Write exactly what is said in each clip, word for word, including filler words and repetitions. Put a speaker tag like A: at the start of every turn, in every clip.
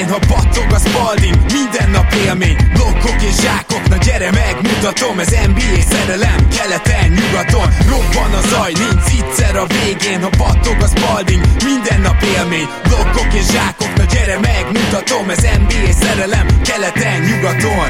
A: végén, ha battog a Spalding, minden nap élmény, blokkok és zsákok, na gyere megmutatom, ez en bé á szerelem, keleten, nyugaton, robban a zaj, nincs egyszer a végén, ha battog a Spalding, minden nap élmény, blokkok és zsákok, na gyere megmutatom, ez en bé á szerelem, keleten, nyugaton.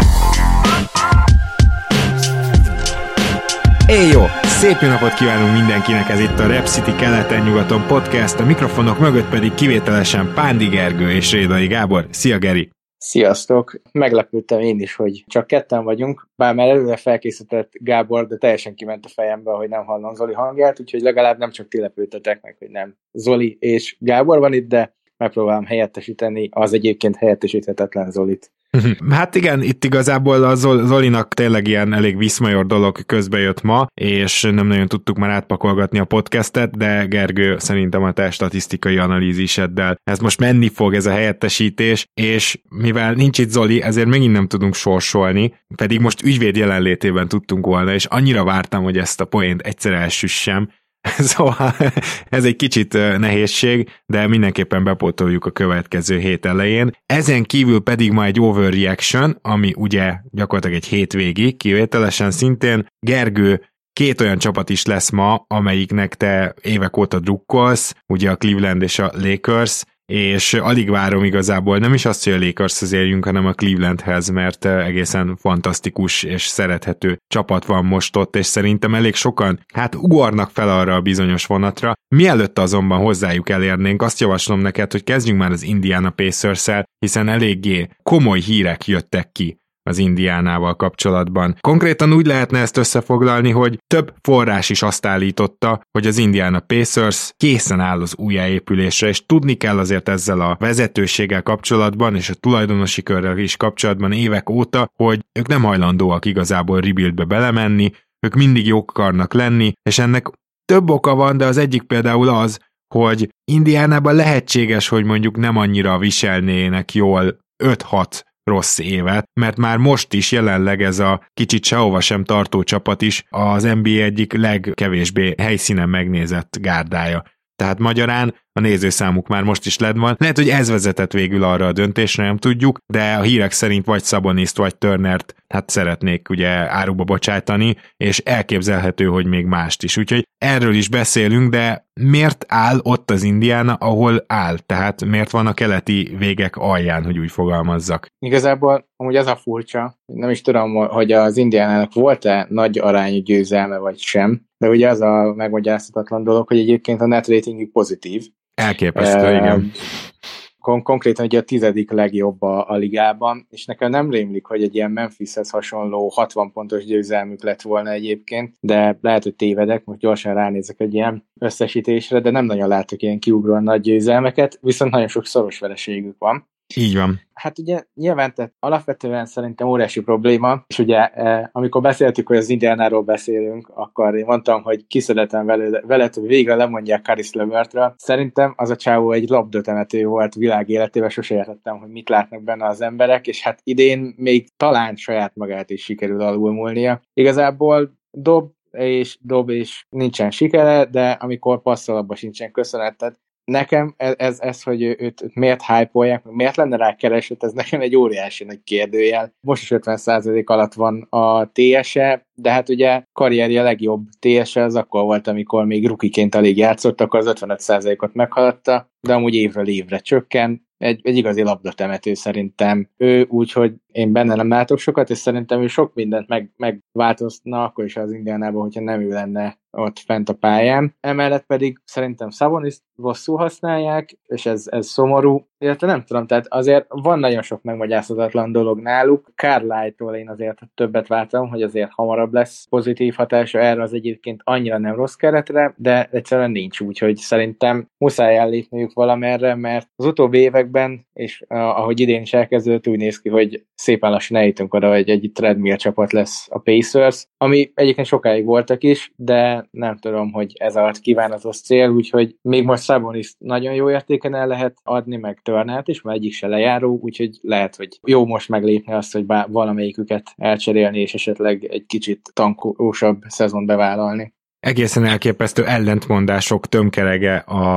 B: Éj jó! Szép jó napot kívánunk mindenkinek, ez itt a Rep City keleten-nyugaton podcast, a mikrofonok mögött pedig kivételesen Pándi Gergő és Rédai Gábor. Szia Geri!
C: Sziasztok! Meglepődtem én is, hogy csak ketten vagyunk, bár már előre felkészített Gábor, de teljesen kiment a fejembe, hogy nem hallom Zoli hangját, úgyhogy legalább nem csak ti lepődtetek meg, hogy nem Zoli és Gábor van itt, de megpróbálom helyettesíteni az egyébként helyettesíthetetlen Zolit.
B: Hát igen, itt igazából a Zolinak tényleg ilyen elég viszmajor dolog közbe jött ma, és nem nagyon tudtuk már átpakolgatni a podcastet, de Gergő, szerintem a te statisztikai analíziseddel ez most menni fog, ez a helyettesítés, és mivel nincs itt Zoli, ezért megint nem tudunk sorsolni, pedig most ügyvéd jelenlétében tudtunk volna, és annyira vártam, hogy ezt a poént egyszer elsüssem. Szóval ez egy kicsit nehézség, de mindenképpen bepótoljuk a következő hét elején. Ezen kívül pedig ma egy overreaction, ami ugye gyakorlatilag egy hétvégi, kivételesen szintén. Gergő, két olyan csapat is lesz ma, amelyiknek te évek óta drukkolsz, ugye a Cleveland és a Lakers, és alig várom igazából, nem is azt, hogy a Lakershez érjünk, hanem a Clevelandhez, mert egészen fantasztikus és szerethető csapat van most ott, és szerintem elég sokan, hát ugornak fel arra a bizonyos vonatra. Mielőtt azonban hozzájuk elérnénk, azt javaslom neked, hogy kezdjünk már az Indiana Pacers-szel, hiszen eléggé komoly hírek jöttek ki az Indiánával kapcsolatban. Konkrétan úgy lehetne ezt összefoglalni, hogy több forrás is azt állította, hogy az Indiana Pacers készen áll az újjáépülésre, és tudni kell azért ezzel a vezetőséggel kapcsolatban, és a tulajdonosi körrel is kapcsolatban évek óta, hogy ők nem hajlandóak igazából rebuildbe belemenni, ők mindig jók akarnak lenni, és ennek több oka van, de az egyik például az, hogy Indiánában lehetséges, hogy mondjuk nem annyira viselnének jól öt-hat rossz évet, mert már most is jelenleg ez a kicsit sehova sem tartó csapat is az en bé á egyik legkevésbé helyszínen megnézett gárdája. Tehát magyarán a nézőszámuk már most is led van. Lehet, hogy ez vezetett végül arra a döntésre, nem tudjuk, de a hírek szerint vagy Szaboniszt, vagy Turnert hát szeretnék ugye áruba bocsájtani, és elképzelhető, hogy még mást is. Úgyhogy erről is beszélünk, de miért áll ott az Indiana, ahol áll? Tehát miért van a keleti végek alján, hogy úgy fogalmazzak?
C: Igazából amúgy az a furcsa, nem is tudom, hogy az Indiánának volt-e nagy arányú győzelme, vagy sem, de ugye az a megmagyarázhatatlan dolog, hogy egyébként a net ratingük pozitív.
B: Elképesztő, uh, igen.
C: Kon- konkrétan ugye a tizedik legjobb a, a ligában, és nekem nem rémlik, hogy egy ilyen Memphishez hasonló hatvan pontos győzelmük lett volna egyébként, de lehet, hogy tévedek, most gyorsan ránézek egy ilyen összesítésre, de nem nagyon látok ilyen kiugróan nagy győzelmeket, viszont nagyon sok szoros vereségük van.
B: Így van.
C: Hát ugye nyilván tehát alapvetően szerintem óriási probléma, és ugye eh, amikor beszéltük, hogy az Indiánáról beszélünk, akkor én mondtam, hogy kiszedetlen veled, hogy végre lemondják Caris LeVertről. Szerintem az a csávó egy labdatemető volt világ életében, sose értettem, hogy mit látnak benne az emberek, és hát idén még talán saját magát is sikerül alulmúlnia. Igazából dob és dob és nincsen sikere, de amikor passzol, abban sincsen köszönet. Tehát nekem ez, ez, ez hogy őt, őt miért hype-olják, miért lenne rá keresett, ez nekem egy óriási nagy kérdőjel. Most is ötven százalék alatt van a té es-e, de hát ugye karrierje legjobb té es-e az akkor volt, amikor még rukiként alig játszott, akkor az ötvenöt százalékot meghaladta, de amúgy évről évre csökken. Egy, egy igazi labdatemető szerintem ő, úgyhogy én benne nem látok sokat, és szerintem ő sok mindent meg, megváltozna akkor is az Indiánában, hogyha nem ő lenne ott fent a pályán. Emellett pedig szerintem Szaboniszt rosszul használják, és ez, ez szomorú, illetve nem tudom, tehát azért van nagyon sok megmagyarázhatatlan dolog náluk. Carlisle-tól én azért többet vártam, hogy azért hamarabb lesz pozitív hatása erre az egyébként annyira nem rossz keretre, de egyszerűen nincs, úgyhogy szerintem muszáj ellépniük valamerre, mert az utóbbi években, és ahogy idén is elkezdődött, úgy néz ki, hogy szépen lassan eljutunk oda, hogy egy treadmill csapat lesz a Pacers, ami egyébként sokáig voltak is, de nem tudom, hogy ez alatt kívánatos cél, úgyhogy még most Szaboniszt nagyon jó értéken el lehet adni, meg Turnert is, mert egyik se lejáró, úgyhogy lehet, hogy jó most meglépni azt, hogy bár valamelyiküket elcserélni, és esetleg egy kicsit tankósabb szezon bevállalni.
B: Egészen elképesztő ellentmondások tömkerege a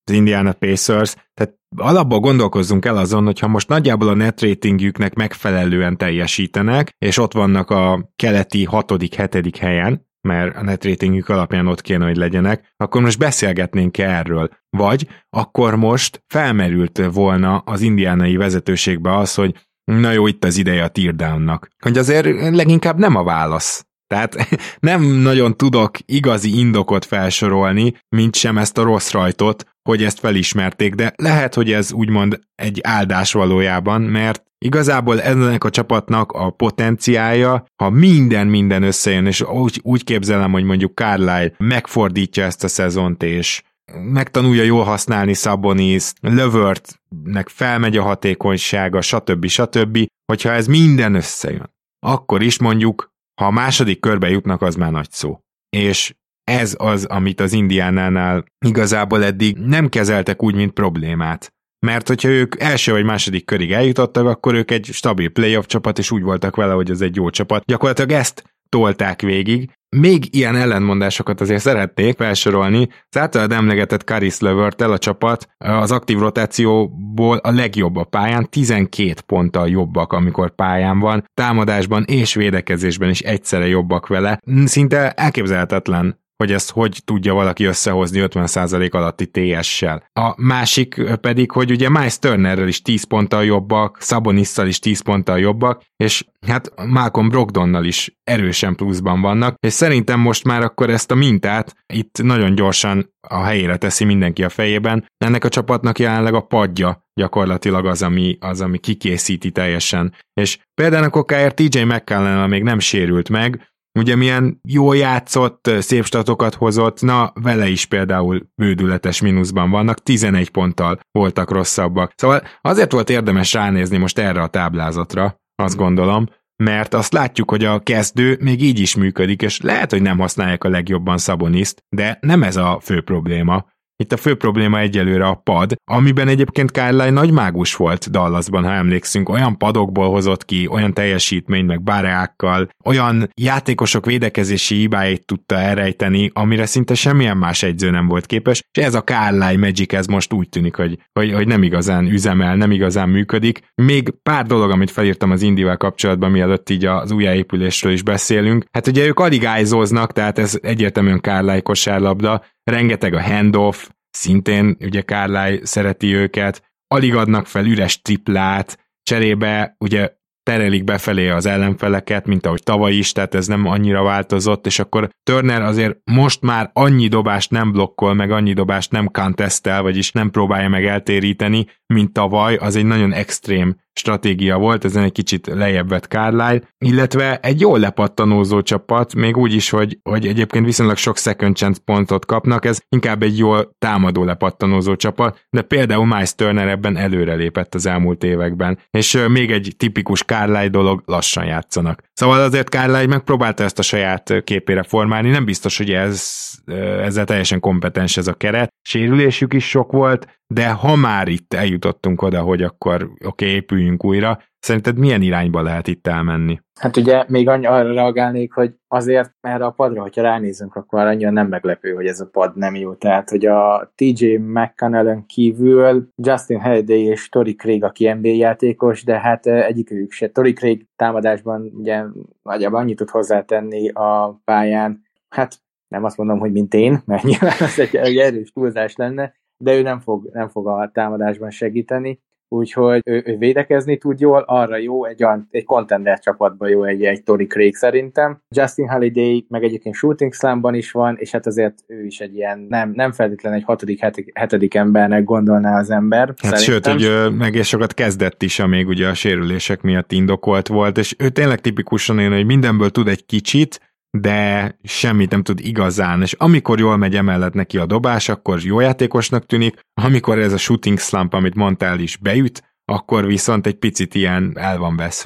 B: az Indiana Pacers, tehát alapból gondolkozzunk el azon, hogyha most nagyjából a net ratingjüknek megfelelően teljesítenek, és ott vannak a keleti hatodik, hetedik helyen, mert a net ratingjük alapján ott kéne, hogy legyenek, akkor most beszélgetnénk erről. Vagy akkor most felmerült volna az indiánai vezetőségbe az, hogy na jó, itt az ideje a teardownnak. Hogy azért leginkább nem a válasz. Tehát nem nagyon tudok igazi indokot felsorolni, mint sem ezt a rossz rajtot, hogy ezt felismerték, de lehet, hogy ez úgymond egy áldás valójában, mert igazából ennek a csapatnak a potenciálja, ha minden-minden összejön, és úgy, úgy képzelem, hogy mondjuk Carlisle megfordítja ezt a szezont, és megtanulja jól használni Sabonis, Levertnek felmegy a hatékonysága, stb. stb. Hogyha ez minden összejön, akkor is mondjuk, ha a második körbe jutnak, az már nagy szó. És ez az, amit az Indiánánál igazából eddig nem kezeltek úgy, mint problémát. Mert hogyha ők első vagy második körig eljutottak, akkor ők egy stabil playoff csapat, és úgy voltak vele, hogy ez egy jó csapat. Gyakorlatilag ezt tolták végig. Még ilyen ellentmondásokat azért szeretnék felsorolni. Az általad emlegetett Caris LeVert-tel a csapat az aktív rotációból a legjobb a pályán, tizenkét ponttal jobbak, amikor pályán van, támadásban és védekezésben is egyszerre jobbak vele. Szinte elképzelhetetlen, hogy ezt hogy tudja valaki összehozni ötven százalék alatti té es-sel. A másik pedig, hogy ugye Miles Turnerrel is tíz ponttal jobbak, Sabonisszal is tíz ponttal jobbak, és hát Malcolm Brogdonnal is erősen pluszban vannak, és szerintem most már akkor ezt a mintát itt nagyon gyorsan a helyére teszi mindenki a fejében. Ennek a csapatnak jelenleg a padja gyakorlatilag az, ami, az, ami kikészíti teljesen. És például a kokáért té jé McCallum még nem sérült meg, ugye milyen jól játszott, szép statokat hozott, na vele is például bődületes mínuszban vannak, tizenegy ponttal voltak rosszabbak. Szóval azért volt érdemes ránézni most erre a táblázatra, azt gondolom, mert azt látjuk, hogy a kezdő még így is működik, és lehet, hogy nem használják a legjobban Saboniszt, de nem ez a fő probléma. Itt a fő probléma egyelőre a pad, amiben egyébként Carlisle nagy mágus volt Dallasban, ha emlékszünk, olyan padokból hozott ki, olyan teljesítményt, meg báreákkal, olyan játékosok védekezési hibáit tudta elrejteni, amire szinte semmilyen más edző nem volt képes, és ez a Carlisle Magic, ez most úgy tűnik, hogy, hogy, hogy nem igazán üzemel, nem igazán működik. Még pár dolog, amit felírtam az Indivel kapcsolatban, mielőtt így az újjáépülésről is beszélünk. Hát ugye ők alig ájzóznak, tehát ez egyértelműen Carlisle kosárlabda, rengeteg a handoff, szintén ugye Carlisle szereti őket, alig adnak fel üres triplát, cserébe ugye terelik befelé az ellenfeleket, mint ahogy tavaly is, tehát ez nem annyira változott, és akkor Turner azért most már annyi dobást nem blokkol, meg annyi dobást nem contestel, vagyis nem próbálja meg eltéríteni, mint tavaly, az egy nagyon extrém stratégia volt, ezen egy kicsit lejjebb vett Carlisle, illetve egy jól lepattanózó csapat, még úgy is, hogy, hogy egyébként viszonylag sok second chance pontot kapnak, ez inkább egy jól támadó lepattanózó csapat, de például Miles Turner ebben előrelépett az elmúlt években, és még egy tipikus Carlisle dolog, lassan játszanak. Szóval azért Carlisle megpróbálta ezt a saját képére formálni, nem biztos, hogy ez, ezzel teljesen kompetens ez a keret, sérülésük is sok volt, de ha már itt eljutottunk oda, hogy akkor oké, okay, épüljünk újra, szerinted milyen irányba lehet itt elmenni?
C: Hát ugye még arra reagálnék, hogy azért erre a padra, hogyha ránézünk, akkor annyira nem meglepő, hogy ez a pad nem jó. Tehát, hogy a té jé McConnellön kívül Justin Holiday és Torrey Craig, aki en bé á játékos, de hát egyikük se. Torrey Craig támadásban ugye nagyjából annyit tud hozzátenni a pályán, hát nem azt mondom, hogy mint én, mert nyilván az egy, egy erős túlzás lenne, de ő nem fog, nem fog a támadásban segíteni, úgyhogy ő, ő védekezni tud jól, arra jó, egy, egy contender csapatban jó egy, egy Torrey Craig szerintem. Justin Holiday meg egyébként shooting slamban is van, és hát azért ő is egy ilyen, nem, nem feltétlenül egy hatodik, hetedik, hetedik embernek gondolná az ember.
B: Hát sőt, hogy meg és sokat kezdett is, amíg ugye a sérülések miatt indokolt volt, és ő tényleg tipikusan olyan, hogy mindenből tud egy kicsit, de semmit nem tud igazán, és amikor jól megy emellett neki a dobás, akkor jó játékosnak tűnik, amikor ez a shooting slump, amit mondtál is beüt, akkor viszont egy picit ilyen el van veszve.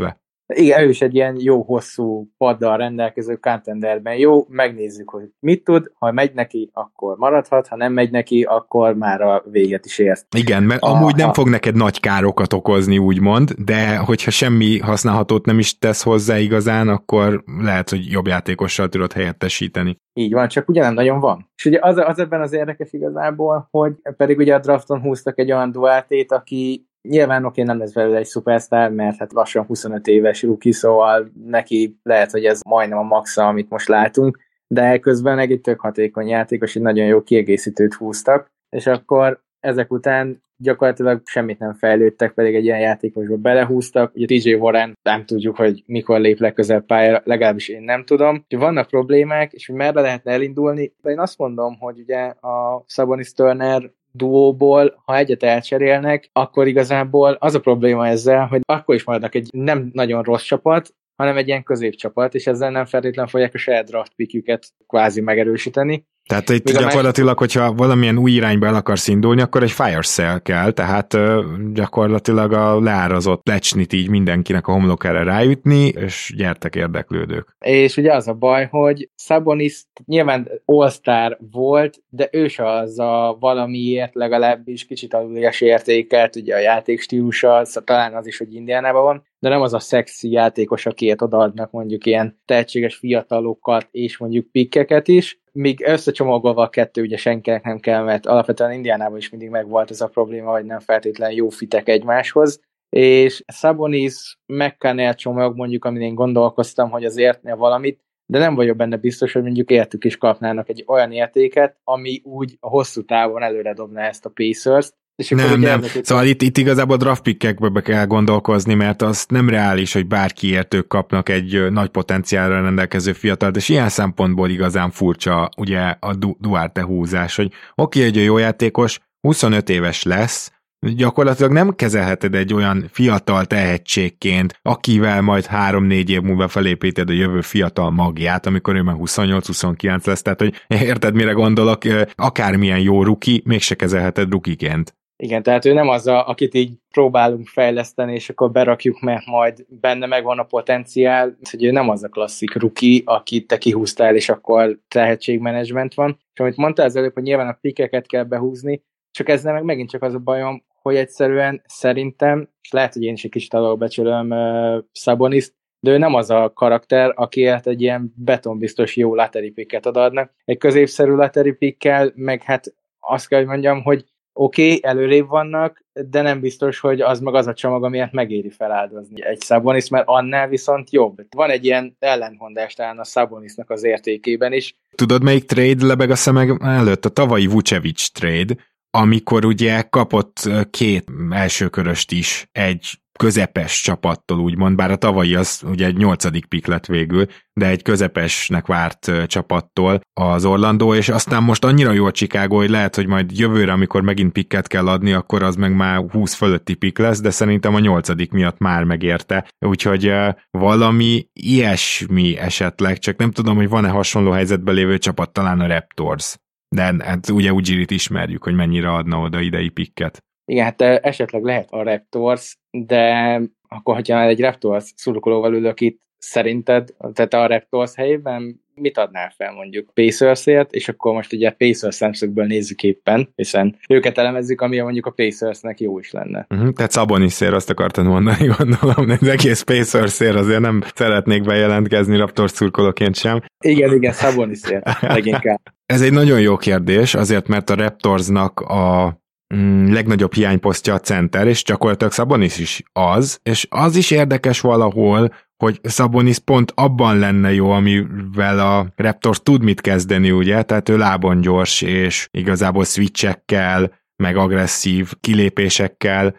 C: Igen, ő is egy ilyen jó hosszú paddal rendelkező contenderben jó, megnézzük, hogy mit tud, ha megy neki, akkor maradhat, ha nem megy neki, akkor már a véget is ért.
B: Igen, mert
C: a,
B: amúgy nem
C: a...
B: fog neked nagy károkat okozni, úgymond, de hogyha semmi használhatót nem is tesz hozzá igazán, akkor lehet, hogy jobb játékossal tudod helyettesíteni.
C: Így van, csak ugye nem nagyon van. És ugye az, az ebben az érdekes igazából, hogy pedig ugye a drafton húztak egy olyan duáltét, aki nyilván oké, nem lesz belőle egy szupersztár, mert hát lassan huszonöt éves rookie, szóval neki lehet, hogy ez majdnem a maxa, amit most látunk, de közben egy tök hatékony játékos, egy nagyon jó kiegészítőt húztak, és akkor ezek után gyakorlatilag semmit nem fejlődtek, pedig egy ilyen játékosba belehúztak. Ugye té jé Warren nem tudjuk, hogy mikor lép legközelebb pályára, legalábbis én nem tudom. Vannak problémák, és hogy merre lehetne elindulni, de én azt mondom, hogy ugye a Sabonis Turner duóból, ha egyet elcserélnek, akkor igazából az a probléma ezzel, hogy akkor is maradnak egy nem nagyon rossz csapat, hanem egy ilyen középcsapat, és ezzel nem feltétlenül fogják a saját draft pickjüket kvázi megerősíteni.
B: Tehát itt gyakorlatilag, hogyha valamilyen új irányba el akarsz indulni, akkor egy fire sale kell, tehát uh, gyakorlatilag a leárazott plecsnit így mindenkinek a homlokára ráütni, és gyertek érdeklődők.
C: És ugye az a baj, hogy Sabonis nyilván all-star volt, de ő se az a valamiért legalábbis kicsit alulias értékelt, ugye a játékstílusa, szóval talán az is, hogy Indiánában van, de nem az a szexi játékos, akiért odaadnak mondjuk ilyen tehetséges fiatalokat és mondjuk pikkeket is, míg összecsomagolva a kettő ugye senkinek nem kell, mert alapvetően Indiánában is mindig megvolt ez a probléma, hogy nem feltétlenül jó fitek egymáshoz, és Sabonis McConnell csomag mondjuk, amin én gondolkoztam, hogy az értne valamit, de nem vagyok benne biztos, hogy mondjuk értük is kapnának egy olyan értéket, ami úgy a hosszú távon előre dobná ezt a Pacers-t.
B: Nem, nem. Szóval itt, itt igazából draft pickekbe be kell gondolkozni, mert az nem reális, hogy bárkiért ők kapnak egy nagy potenciálra rendelkező fiatalt, és ilyen szempontból igazán furcsa ugye a Duarte húzás, hogy oké, hogy a jó játékos, huszonöt éves lesz, gyakorlatilag nem kezelheted egy olyan fiatal tehetségként, akivel majd három-négy év múlva felépíted a jövő fiatal magját, amikor ő már huszonnyolc-huszonkilenc lesz, tehát hogy érted, mire gondolok, akármilyen jó ruki, mégse kezelheted rukiként.
C: Igen, tehát ő nem az, a, akit így próbálunk fejleszteni, és akkor berakjuk, mert majd benne megvan a potenciál, hogy ő nem az a klasszik rookie, akit te kihúztál, és akkor tehetségmenedzsment van. És amit mondtál az előbb, hogy nyilván a pikeket kell behúzni, csak ezzel meg megint csak az a bajom, hogy egyszerűen szerintem, és lehet, hogy én is egy kicsit alulbecsülöm uh, Saboniszt, de ő nem az a karakter, akiért egy ilyen betonbiztos jó lottery picket adnak. Egy középszerű lottery pickkel, meg hát azt kell, hogy mondjam, hogy oké, okay, előrébb vannak, de nem biztos, hogy az meg az a csomag, amiért megéri feláldozni egy Sabonis, mert annál viszont jobb. Van egy ilyen ellentmondás talán a Sabonisnak az értékében is.
B: Tudod, melyik trade lebeg a szemeg előtt? A tavalyi Vucevic trade, amikor ugye kapott két elsőköröst is egy közepes csapattól, úgymond, bár a tavalyi az ugye egy nyolcadik pick lett végül, de egy közepesnek várt csapattól az Orlando, és aztán most annyira jó a Chicago, hogy lehet, hogy majd jövőre, amikor megint picket kell adni, akkor az meg már húsz fölötti pick lesz, de szerintem a nyolcadik miatt már megérte. Úgyhogy valami ilyesmi esetleg, csak nem tudom, hogy van-e hasonló helyzetben lévő csapat, talán a Raptors. De hát ugye Ujjirit ismerjük, hogy mennyire adna oda idei picket.
C: Igen, hát esetleg lehet a Raptors, de akkor, hogyha egy Raptors szurkolóval ülök itt, szerinted, tehát a Raptors helyében mit adnál fel mondjuk Pacersért, és akkor most ugye Pacers szemszögből nézzük éppen, hiszen őket elemezzük, ami mondjuk a Pacersnek jó is lenne.
B: Uh-huh, tehát Sabonisért azt akartad mondani, gondolom, az egész Pacersért azért nem szeretnék bejelentkezni Raptors szurkolóként sem.
C: Igen, igen, Sabonisért leginkább.
B: Ez egy nagyon jó kérdés, azért, mert a Raptorsnak a mm, legnagyobb hiányposztja a center, és gyakorlatilag Sabonis is az, és az is érdekes valahol, hogy Sabonis pont abban lenne jó, amivel a Raptors tud mit kezdeni, ugye, tehát ő lábon gyors, és igazából switchekkel, meg agresszív kilépésekkel,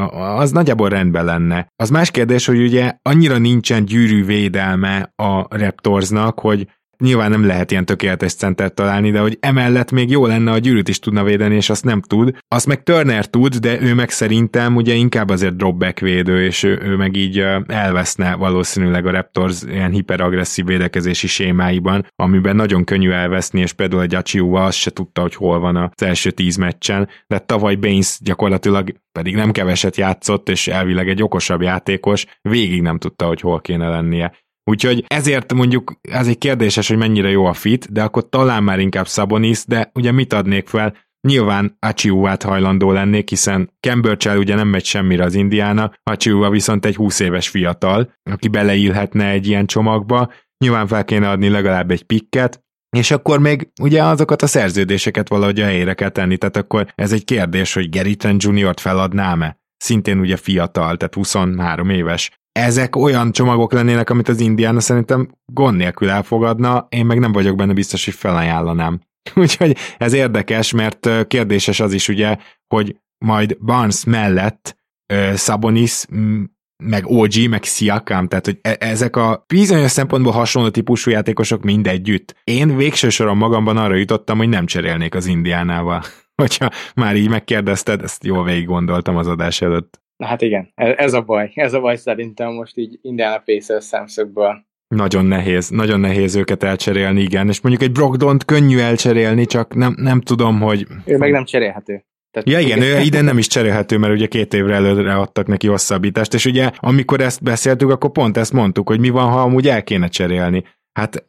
B: az nagyjából rendben lenne. Az más kérdés, hogy ugye annyira nincsen gyűrű védelme a Raptorsnak, hogy nyilván nem lehet ilyen tökéletes centert találni, de hogy emellett még jó lenne, a gyűrűt is tudna védeni, és azt nem tud. Azt meg Turner tud, de ő meg szerintem ugye inkább azért dropback védő, és ő, ő meg így elveszne valószínűleg a Raptors ilyen hiperagresszív védekezési sémáiban, amiben nagyon könnyű elveszni, és például egy Achiuwa azt se tudta, hogy hol van az első tíz meccsen, de tavaly Baines gyakorlatilag pedig nem keveset játszott, és elvileg egy okosabb játékos, végig nem tudta, hogy hol kéne lennie. Úgyhogy ezért mondjuk ez egy kérdéses, hogy mennyire jó a fit, de akkor talán már inkább Sabonis, de ugye mit adnék fel? Nyilván Achiuwát hajlandó lennék, hiszen Cambridge-el ugye nem megy semmire az Indiana, Achiuwa viszont egy húsz éves fiatal, aki beleillhetne egy ilyen csomagba, nyilván fel kéne adni legalább egy pikket, és akkor még ugye azokat a szerződéseket valahogy a helyére kell tenni, tehát akkor ez egy kérdés, hogy Gary Trent juniort feladnám-e? Szintén ugye fiatal, tehát huszonhárom éves. Ezek olyan csomagok lennének, amit az Indiana szerintem gond nélkül elfogadna, én meg nem vagyok benne biztos, hogy felajánlanám. Úgyhogy ez érdekes, mert kérdéses az is ugye, hogy majd Barnes mellett uh, Sabonis, m- meg o gé, meg Siakam, tehát hogy e- ezek a bizonyos szempontból hasonló típusú játékosok mind együtt. Én végső soron magamban arra jutottam, hogy nem cserélnék az Indiánával. Hogyha már így megkérdezted, ezt jól végig gondoltam az adás előtt.
C: Hát igen, ez a baj. Ez a baj szerintem most így Indiana Pacers szemszögből.
B: Nagyon nehéz, nagyon nehéz őket elcserélni, igen. És mondjuk egy Brogdont könnyű elcserélni, csak nem, nem tudom, hogy...
C: Ő meg nem cserélhető.
B: Tehát ja igen, ő ide nem is cserélhető, mert ugye két évre előre adtak neki hosszabbítást, és ugye amikor ezt beszéltük, akkor pont ezt mondtuk, hogy mi van, ha amúgy el kéne cserélni. Hát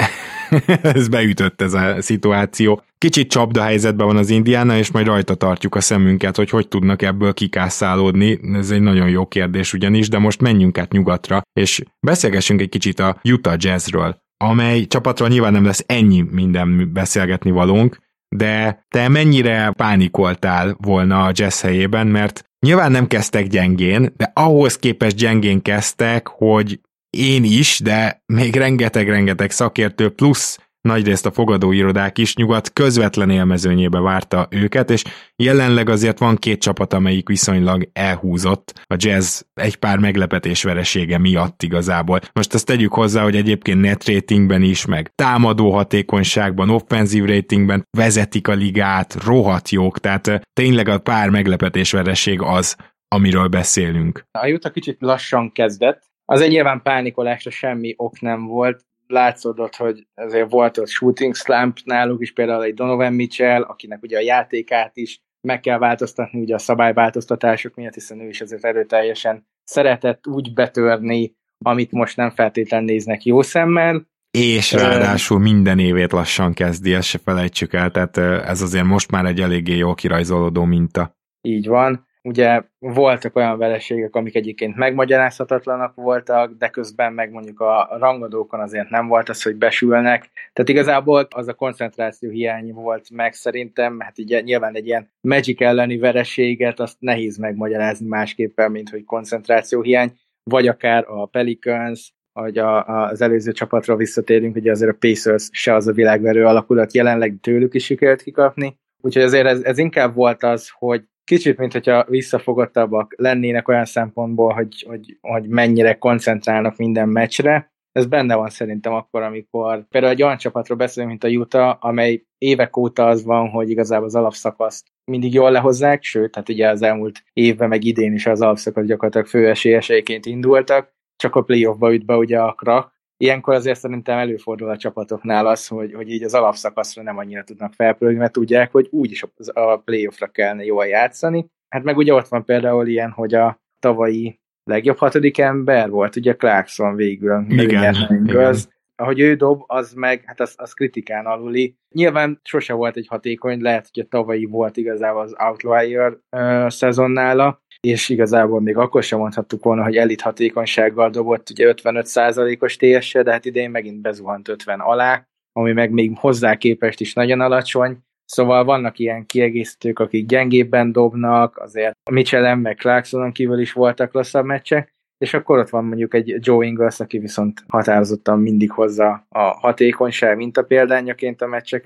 B: ez beütött ez a szituáció. Kicsit csapdahelyzetben van az Indiana, és majd rajta tartjuk a szemünket, hogy hogy tudnak ebből kikászálódni. Ez egy nagyon jó kérdés ugyanis, de most menjünk át nyugatra, és beszélgessünk egy kicsit a Utah Jazzről, amely csapatról nyilván nem lesz ennyi minden beszélgetni valónk, de te mennyire pánikoltál volna a Jazz helyében, mert nyilván nem kezdtek gyengén, de ahhoz képest gyengén kezdtek, hogy én is, de még rengeteg-rengeteg szakértő plusz nagyrészt a fogadóirodák is nyugat közvetlen élmezőnyébe várta őket, és jelenleg azért van két csapat, amelyik viszonylag elhúzott a Jazz egy pár meglepetés veresége miatt igazából. Most azt tegyük hozzá, hogy egyébként net ratingben is, meg támadó hatékonyságban, offenzív ratingben vezetik a ligát, rohadt jók, tehát tényleg a pár meglepetés vereség az, amiről beszélünk.
C: A Utah kicsit lassan kezdett, azért nyilván pánikolásra semmi ok nem volt, látszódott, hogy azért volt ott shooting slump náluk is, például egy Donovan Mitchell, akinek ugye a játékát is meg kell változtatni ugye a szabályváltoztatások miatt, hiszen ő is azért erőteljesen szeretett úgy betörni, amit most nem feltétlenül néznek jó szemmel.
B: És ráadásul minden évét lassan kezdi, ezt se felejtsük el, tehát ez azért most már egy eléggé jól kirajzolódó minta.
C: Így van. Ugye voltak olyan vereségek, amik egyébként megmagyarázhatatlanak voltak, de közben meg mondjuk a rangadókon azért nem volt az, hogy besülnek. Tehát igazából az a koncentráció hiány volt meg szerintem, hát ugye nyilván egy ilyen Magic elleni vereséget azt nehéz megmagyarázni másképpen, mint hogy koncentráció hiány, vagy akár a Pelicans, hogy a, a, az előző csapatra visszatérünk, ugye azért a Pacers se az a világverő alakulat, jelenleg tőlük is sikerült kikapni. Úgyhogy azért ez, ez inkább volt az, hogy kicsit, mint hogyha visszafogottabbak lennének olyan szempontból, hogy, hogy, hogy mennyire koncentrálnak minden meccsre. Ez benne van szerintem akkor, amikor például egy olyan csapatról beszélünk, mint a Utah, amely évek óta az van, hogy igazából az alapszakaszt mindig jól lehozzák, sőt, hát ugye az elmúlt évben, meg idén is az alapszakasz gyakorlatilag főesélyeseiként indultak, csak a playoffba üt be ugye a krak. Ilyenkor azért szerintem előfordul a csapatoknál az, hogy, hogy így az alapszakaszra nem annyira tudnak felpörögni, mert tudják, hogy úgyis a playoffra kellene jól játszani. Hát meg ugye ott van például ilyen, hogy a tavalyi legjobb hatodik ember volt, ugye Clarkson végül.
B: Igen, igen.
C: Ahogy ő dob, az meg, hát az, az kritikán aluli. Nyilván sose volt egy hatékony, lehet, hogy a tavalyi volt igazából az outlier uh, szezonnála, és igazából még akkor sem mondhattuk volna, hogy elit hatékonysággal dobott, ugye ötvenöt százalékos té es e, de hát idén megint bezuhant ötven alá, ami meg még hozzá képest is nagyon alacsony. Szóval vannak ilyen kiegészítők, akik gyengébben dobnak, azért Mitchellen meg Clarksonon kívül is voltak rosszabb meccsek, és akkor ott van mondjuk egy Joe Ingles, aki viszont határozottan mindig hozza a hatékonyság mintapéldányaként a meccseket,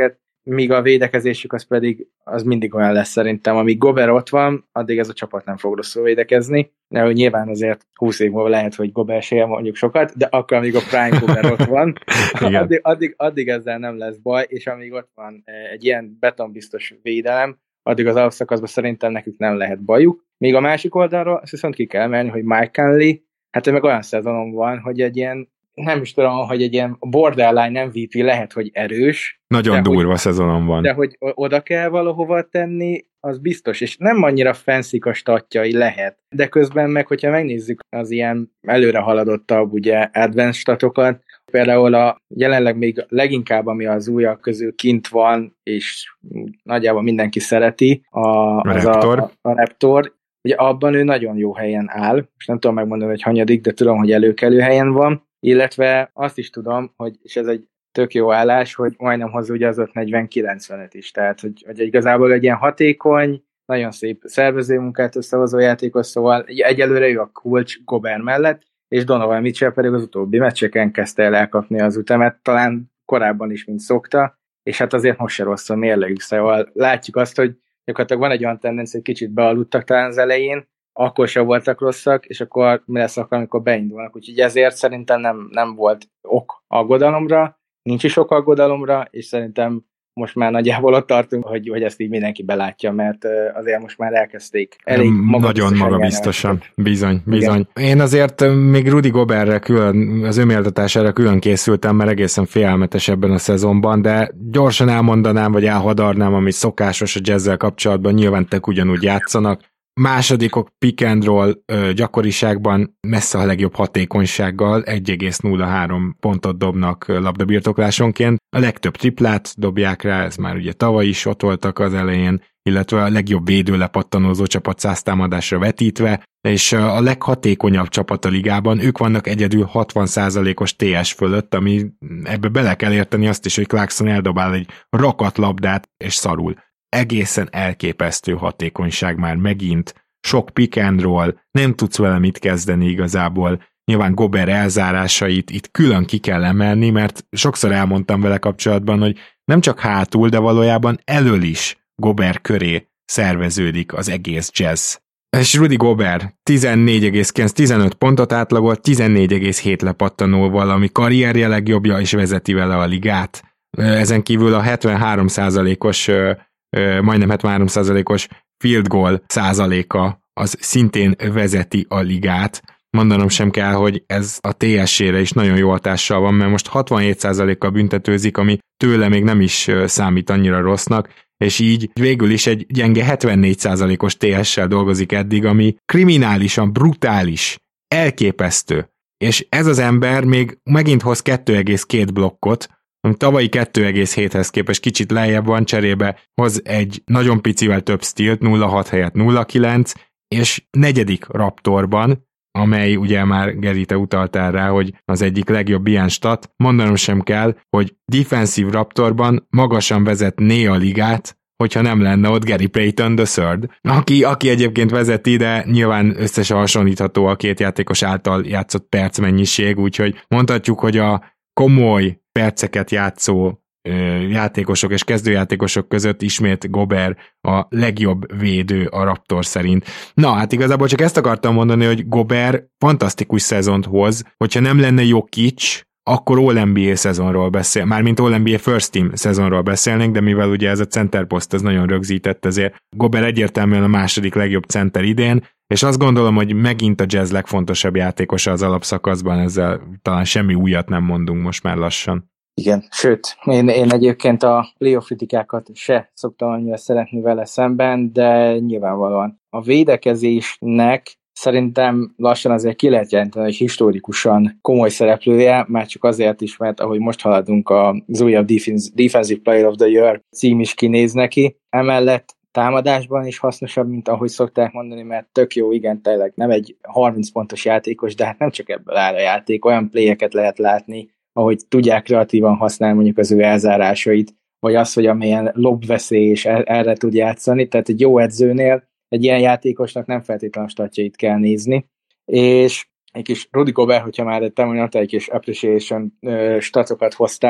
C: míg a védekezésük az pedig az mindig olyan lesz szerintem, amíg Gobert ott van, addig ez a csapat nem fog rosszul védekezni, de hogy nyilván azért húsz év múlva lehet, hogy Gobert se mondjuk sokat, de akkor, amíg a Prime Gobert ott van, addig, addig, addig ezzel nem lesz baj, és amíg ott van egy ilyen betonbiztos védelem, addig az alapszakaszban szerintem nekük nem lehet bajuk. Még a másik oldalról azt viszont ki kell emelni, hogy Mike Conley, hát ő meg olyan szezonon van, hogy egy ilyen, nem is tudom, hogy egy ilyen borderline em vé pé lehet, hogy erős.
B: Nagyon durva
C: hogy,
B: szezonon van.
C: De hogy oda kell valahova tenni, az biztos, és nem annyira fancy a statjai lehet. De közben meg, hogyha megnézzük az ilyen előre haladottabb, ugye, advanced statokat, például a jelenleg még leginkább, ami az újak közül kint van, és nagyjából mindenki szereti, a, az
B: Raptor.
C: A, a Raptor, ugye abban ő nagyon jó helyen áll, és nem tudom megmondani, hogy hanyadik, de tudom, hogy előkelő helyen van, illetve azt is tudom, hogy, és ez egy tök jó állás, hogy majdnem hozzá ugye az öt negyven kilencvenet is, tehát hogy, hogy igazából egy ilyen hatékony, nagyon szép szervezőmunkát összehozó játékos, szóval egyelőre ő a kulcs Gobert mellett, és Donovan Mitchell pedig az utóbbi meccseken kezdte el elkapni az ütemet, talán korábban is, mint szokta, és hát azért most se rossz a mérlegük, szóval látjuk azt, hogy gyakorlatilag van egy olyan tendencia, hogy kicsit bealudtak talán az elején, akkor sem voltak rosszak, és akkor mi lesz akkor, amikor beindulnak, úgyhogy ezért szerintem nem, nem volt ok aggodalomra, nincs is ok aggodalomra, és szerintem most már nagyjából ott tartunk, hogy, hogy ezt így mindenki belátja, mert azért most már elkezdték elég
B: nagyon magabiztosan. Bizony, bizony. Igen. Én azért még Rudy Gobertre külön, az ő méltatására külön készültem, mert egészen félelmetes ebben a szezonban, de gyorsan elmondanám, vagy elhadarnám, ami szokásos a Jazzel kapcsolatban, nyilván tek ugyanúgy játszanak. Másodikok pick and roll ö, gyakoriságban messze a legjobb hatékonysággal egy egész nulla három pontot dobnak labdabirtoklásonként. A legtöbb triplát dobják rá, ez már ugye tavaly is ott voltak az elején, illetve a legjobb védőlepattanózó csapat száztámadásra vetítve, és a leghatékonyabb csapat a ligában, ők vannak egyedül hatvan százalékos té es fölött, ami ebbe bele kell érteni azt is, hogy Clarkson eldobál egy rakat labdát, és szarul. Egészen elképesztő hatékonyság már megint, sok pick and roll, nem tudsz vele mit kezdeni igazából, nyilván Gobert elzárásait itt külön ki kell emelni, mert sokszor elmondtam vele kapcsolatban, hogy nem csak hátul, de valójában elől is Gobert köré szerveződik az egész Jazz. És Rudy Gobert tizennégy egész kilenc tizenöt pontot átlagolt, tizennégy egész hét lepattanóval, ami karrierje legjobbja, és vezeti vele a ligát. Ezen kívül a hetvenhárom százalékos majdnem hetvenhárom százalékos field goal százaléka az szintén vezeti a ligát. Mondanom sem kell, hogy ez a té es-ére is nagyon jó hatással van, mert most hatvanhét százalékkal büntetőzik, ami tőle még nem is számít annyira rossznak, és így végül is egy gyenge hetvennégy százalékos té es-sel dolgozik eddig, ami kriminálisan, brutális, elképesztő. És ez az ember még megint hoz kettő egész két blokkot, ami tavalyi kettő egész héthez képest kicsit lejjebb van, cserébe hoz egy nagyon picivel több stílt, nulla hat helyett nulla kilenc, és negyedik Raptorban, amely ugye már Geri, te utaltál rá, hogy az egyik legjobb ilyen stat, mondanom sem kell, hogy defensive Raptorban magasan vezetné a ligát, hogyha nem lenne ott Gary Payton the third, aki, aki egyébként vezeti, de nyilván összesen hasonlítható a két játékos által játszott percmennyiség, úgyhogy mondhatjuk, hogy a komoly perceket játszó ö, játékosok és kezdőjátékosok között ismét Gobert a legjobb védő a Raptor szerint. Na, hát igazából csak ezt akartam mondani, hogy Gobert fantasztikus szezont hoz, hogyha nem lenne Jokic, akkor All-en bé á szezonról beszél, mármint All-en bé á First Team szezonról beszélnénk, de mivel ugye ez a center poszt, ez nagyon rögzített, ezért Gobert egyértelműen a második legjobb center idén, és azt gondolom, hogy megint a Jazz legfontosabb játékosa az alapszakaszban, ezzel talán semmi újat nem mondunk most már lassan.
C: Igen, sőt, én, én egyébként a playoff kritikákat se szoktam annyira szeretni vele szemben, de nyilvánvalóan a védekezésnek szerintem lassan azért ki lehet jelenteni, hogy historikusan komoly szereplője, már csak azért is, mert ahogy most haladunk, az újabb Defensive Player of the Year cím is kinéz neki. Emellett támadásban is hasznosabb, mint ahogy szokták mondani, mert tök jó, igen, tényleg nem egy harminc pontos játékos, de hát nem csak ebből áll a játék, olyan playeket lehet látni, ahogy tudják kreatívan használni mondjuk az ő elzárásait, vagy az, hogy amilyen lobveszély és erre tud játszani, tehát egy jó edzőnél egy ilyen játékosnak nem feltétlenül statjait kell nézni, és egy kis Rudy Gobert, hogyha már te mondtál, egy kis appreciation uh, statokat hoztál,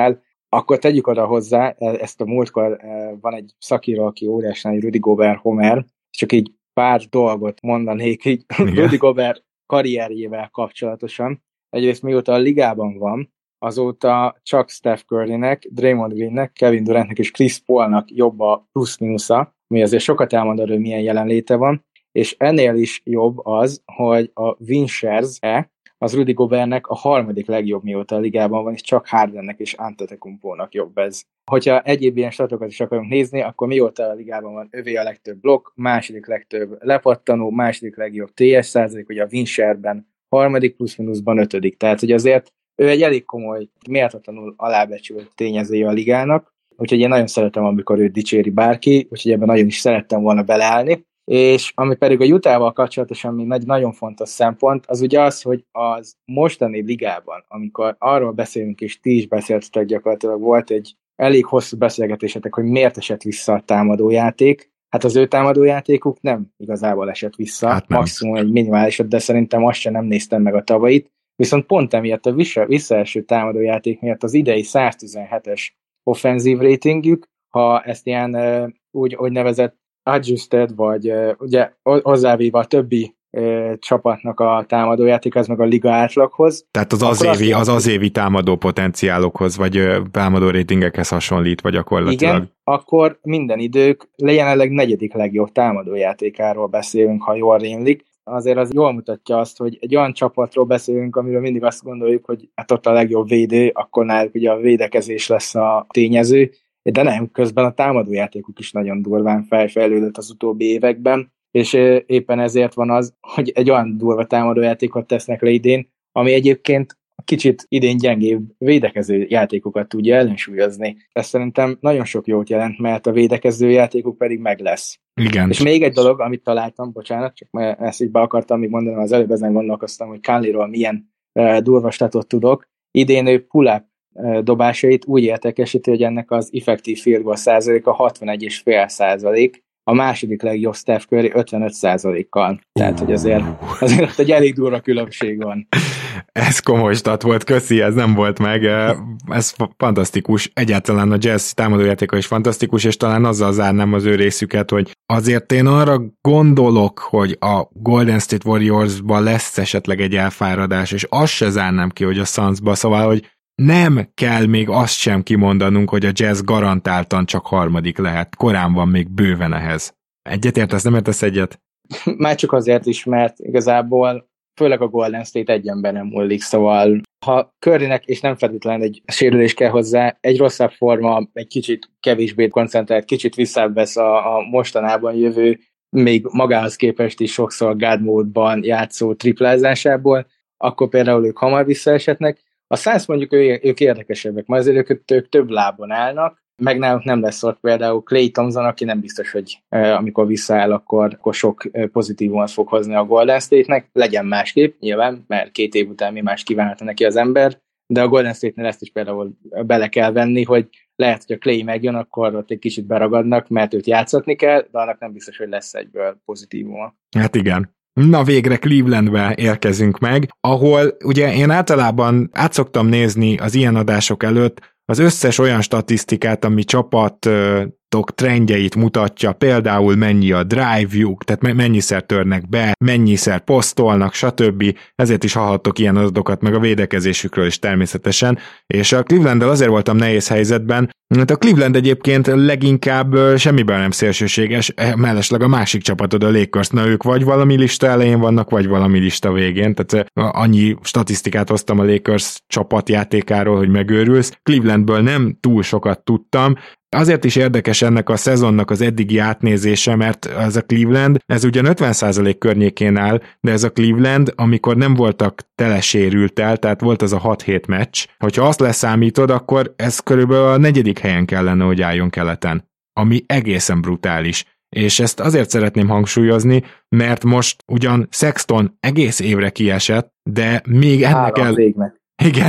C: akkor tegyük oda hozzá, ezt a múltkor van egy szakíró, aki óriásan, egy Rudy Gobert Homer, csak így pár dolgot mondanék így Rudy Gobert karrierjével kapcsolatosan. Egyrészt mióta a ligában van, azóta csak Steph Currynek, Draymond Greennek, Kevin Durantnek és Chris Paulnak jobb a plusz-minusza, ami azért sokat elmond arról, hogy milyen jelenléte van, és ennél is jobb az, hogy a win shares-e az Rudy Gobertnek a harmadik legjobb, mióta a ligában van, és csak Hardennek és Antetokounmpónak jobb ez. Hogyha egyéb ilyen statokat is akarunk nézni, akkor mióta a ligában van, övé a legtöbb blokk, második legtöbb lepattanó, második legjobb té es százalék, ugye a win share-ben harmadik, plusz-minuszban ötödik. Tehát, hogy azért ő egy elég komoly, méltatlanul alábecsült tényezője a ligának, úgyhogy én nagyon szeretem, amikor őt dicséri bárki, úgyhogy ebben nagyon is szerettem volna beleállni. És ami pedig a Utahval kapcsolatosan még nagy, nagyon fontos szempont, az ugye az, hogy az mostani ligában, amikor arról beszélünk, és ti is beszéltetek gyakorlatilag, volt egy elég hosszú beszélgetésetek, hogy miért esett vissza a támadójáték. Hát az ő támadójátékuk nem igazából esett vissza, hát maximum egy minimálisat, de szerintem azt sem nem néztem meg a tavait. Viszont pont emiatt a vissza, visszaeső támadójáték miatt az idei száztizenhetes offenzív ratingjük, ha ezt ilyen uh, úgy, úgy nevezett adjusted, vagy uh, ugye hozzávéve a többi uh, csapatnak a támadójáték, az meg a liga átlaghoz.
B: Tehát az az évi, az az évi támadó potenciálokhoz, vagy uh, támadó ratingekhez hasonlítva gyakorlatilag.
C: Igen, akkor minden idők jelenleg negyedik legjobb támadójátékáról beszélünk, ha jól rémlik. Azért az jól mutatja azt, hogy egy olyan csapatról beszélünk, amiről mindig azt gondoljuk, hogy hát ott a legjobb védő, akkor náluk ugye a védekezés lesz a tényező, de nem, közben a támadójátékuk is nagyon durván felfejlődött az utóbbi években, és éppen ezért van az, hogy egy olyan durva támadójátékot tesznek le idén, ami egyébként kicsit idén gyengébb védekező játékokat tudja ellensúlyozni. Ez szerintem nagyon sok jót jelent, mert a védekező játékuk pedig meg lesz.
B: Igen.
C: És még egy dolog, amit találtam, bocsánat, csak ezt így be akartam még mondani, az előbb ezen gondolkoztam, hogy Conleyról milyen uh, durva statot tudok. Idén ő pull-up uh, dobásait úgy értékesíti, hogy ennek az effektív field goal százaléka hatvanegy egész öt százalék, a második legjobb Steph Curry ötvenöt százalékkal. Tehát, hogy azért, azért egy elég durva különbség van.
B: Ez komoly stat volt, köszi, ez nem volt meg. Ez fantasztikus. Egyáltalán a Jazz támadójátéka is fantasztikus, és talán azzal zárnám az ő részüket, hogy azért én arra gondolok, hogy a Golden State Warriorsban lesz esetleg egy elfáradás, és azt se zárnám ki, hogy a Sunsba, szóval, hogy nem kell még azt sem kimondanunk, hogy a Jazz garantáltan csak harmadik lehet. Korán van még bőven ehhez. Egyet értesz, nem értesz egyet?
C: Már csak azért is, mert igazából főleg a Golden State egy ember nem múlik, szóval ha Currynek, és nem feltétlenül egy sérülés kell hozzá, egy rosszabb forma, egy kicsit kevésbé koncentrált, kicsit visszább vesz a, a mostanában jövő, még magához képest is sokszor guard módban játszó triplázásából, akkor például ők hamar visszaesetnek. A Suns mondjuk ő, ők érdekesebbek, mert azért ők, ők több lábon állnak, meg náluk nem lesz ott például Klay Thompson, aki nem biztos, hogy eh, amikor visszaáll, akkor, akkor sok eh, pozitívumot fog hozni a Golden State-nek. Legyen másképp, nyilván, mert két év után mi más kívánhatna neki az ember, de a Golden State-nél ezt is például bele kell venni, hogy lehet, hogy a Klay megjön, akkor ott egy kicsit beragadnak, mert őt játszatni kell, de annak nem biztos, hogy lesz egyből pozitívuma.
B: Hát igen. Na végre Clevelandbe érkezünk meg, ahol ugye én általában át szoktam nézni az ilyen adások előtt az összes olyan statisztikát, ami csapatok trendjeit mutatja, például mennyi a drive-juk, tehát mennyiszer törnek be, mennyiszer posztolnak, stb. Ezért is hallhattok ilyen adatokat, meg a védekezésükről is természetesen, és a Clevelanddal azért voltam nehéz helyzetben, mert a Cleveland egyébként leginkább semmiben nem szélsőséges, mellesleg a másik csapatod a Lakers, na ők vagy valami lista elején vannak, vagy valami lista végén, tehát annyi statisztikát hoztam a Lakers csapatjátékáról, hogy megőrülsz. Clevelandből nem túl sokat tudtam, azért is érdekes ennek a szezonnak az eddigi átnézése, mert ez a Cleveland, ez ugyan ötven százalék környékén áll, de ez a Cleveland, amikor nem voltak telesérültel, tehát volt az a hat hét meccs, hogyha azt leszámítod, akkor ez körülbelül a negyedik helyen kellene, hogy álljon keleten, ami egészen brutális. És ezt azért szeretném hangsúlyozni, mert most ugyan Sexton egész évre kiesett, de még ennek el... Igen,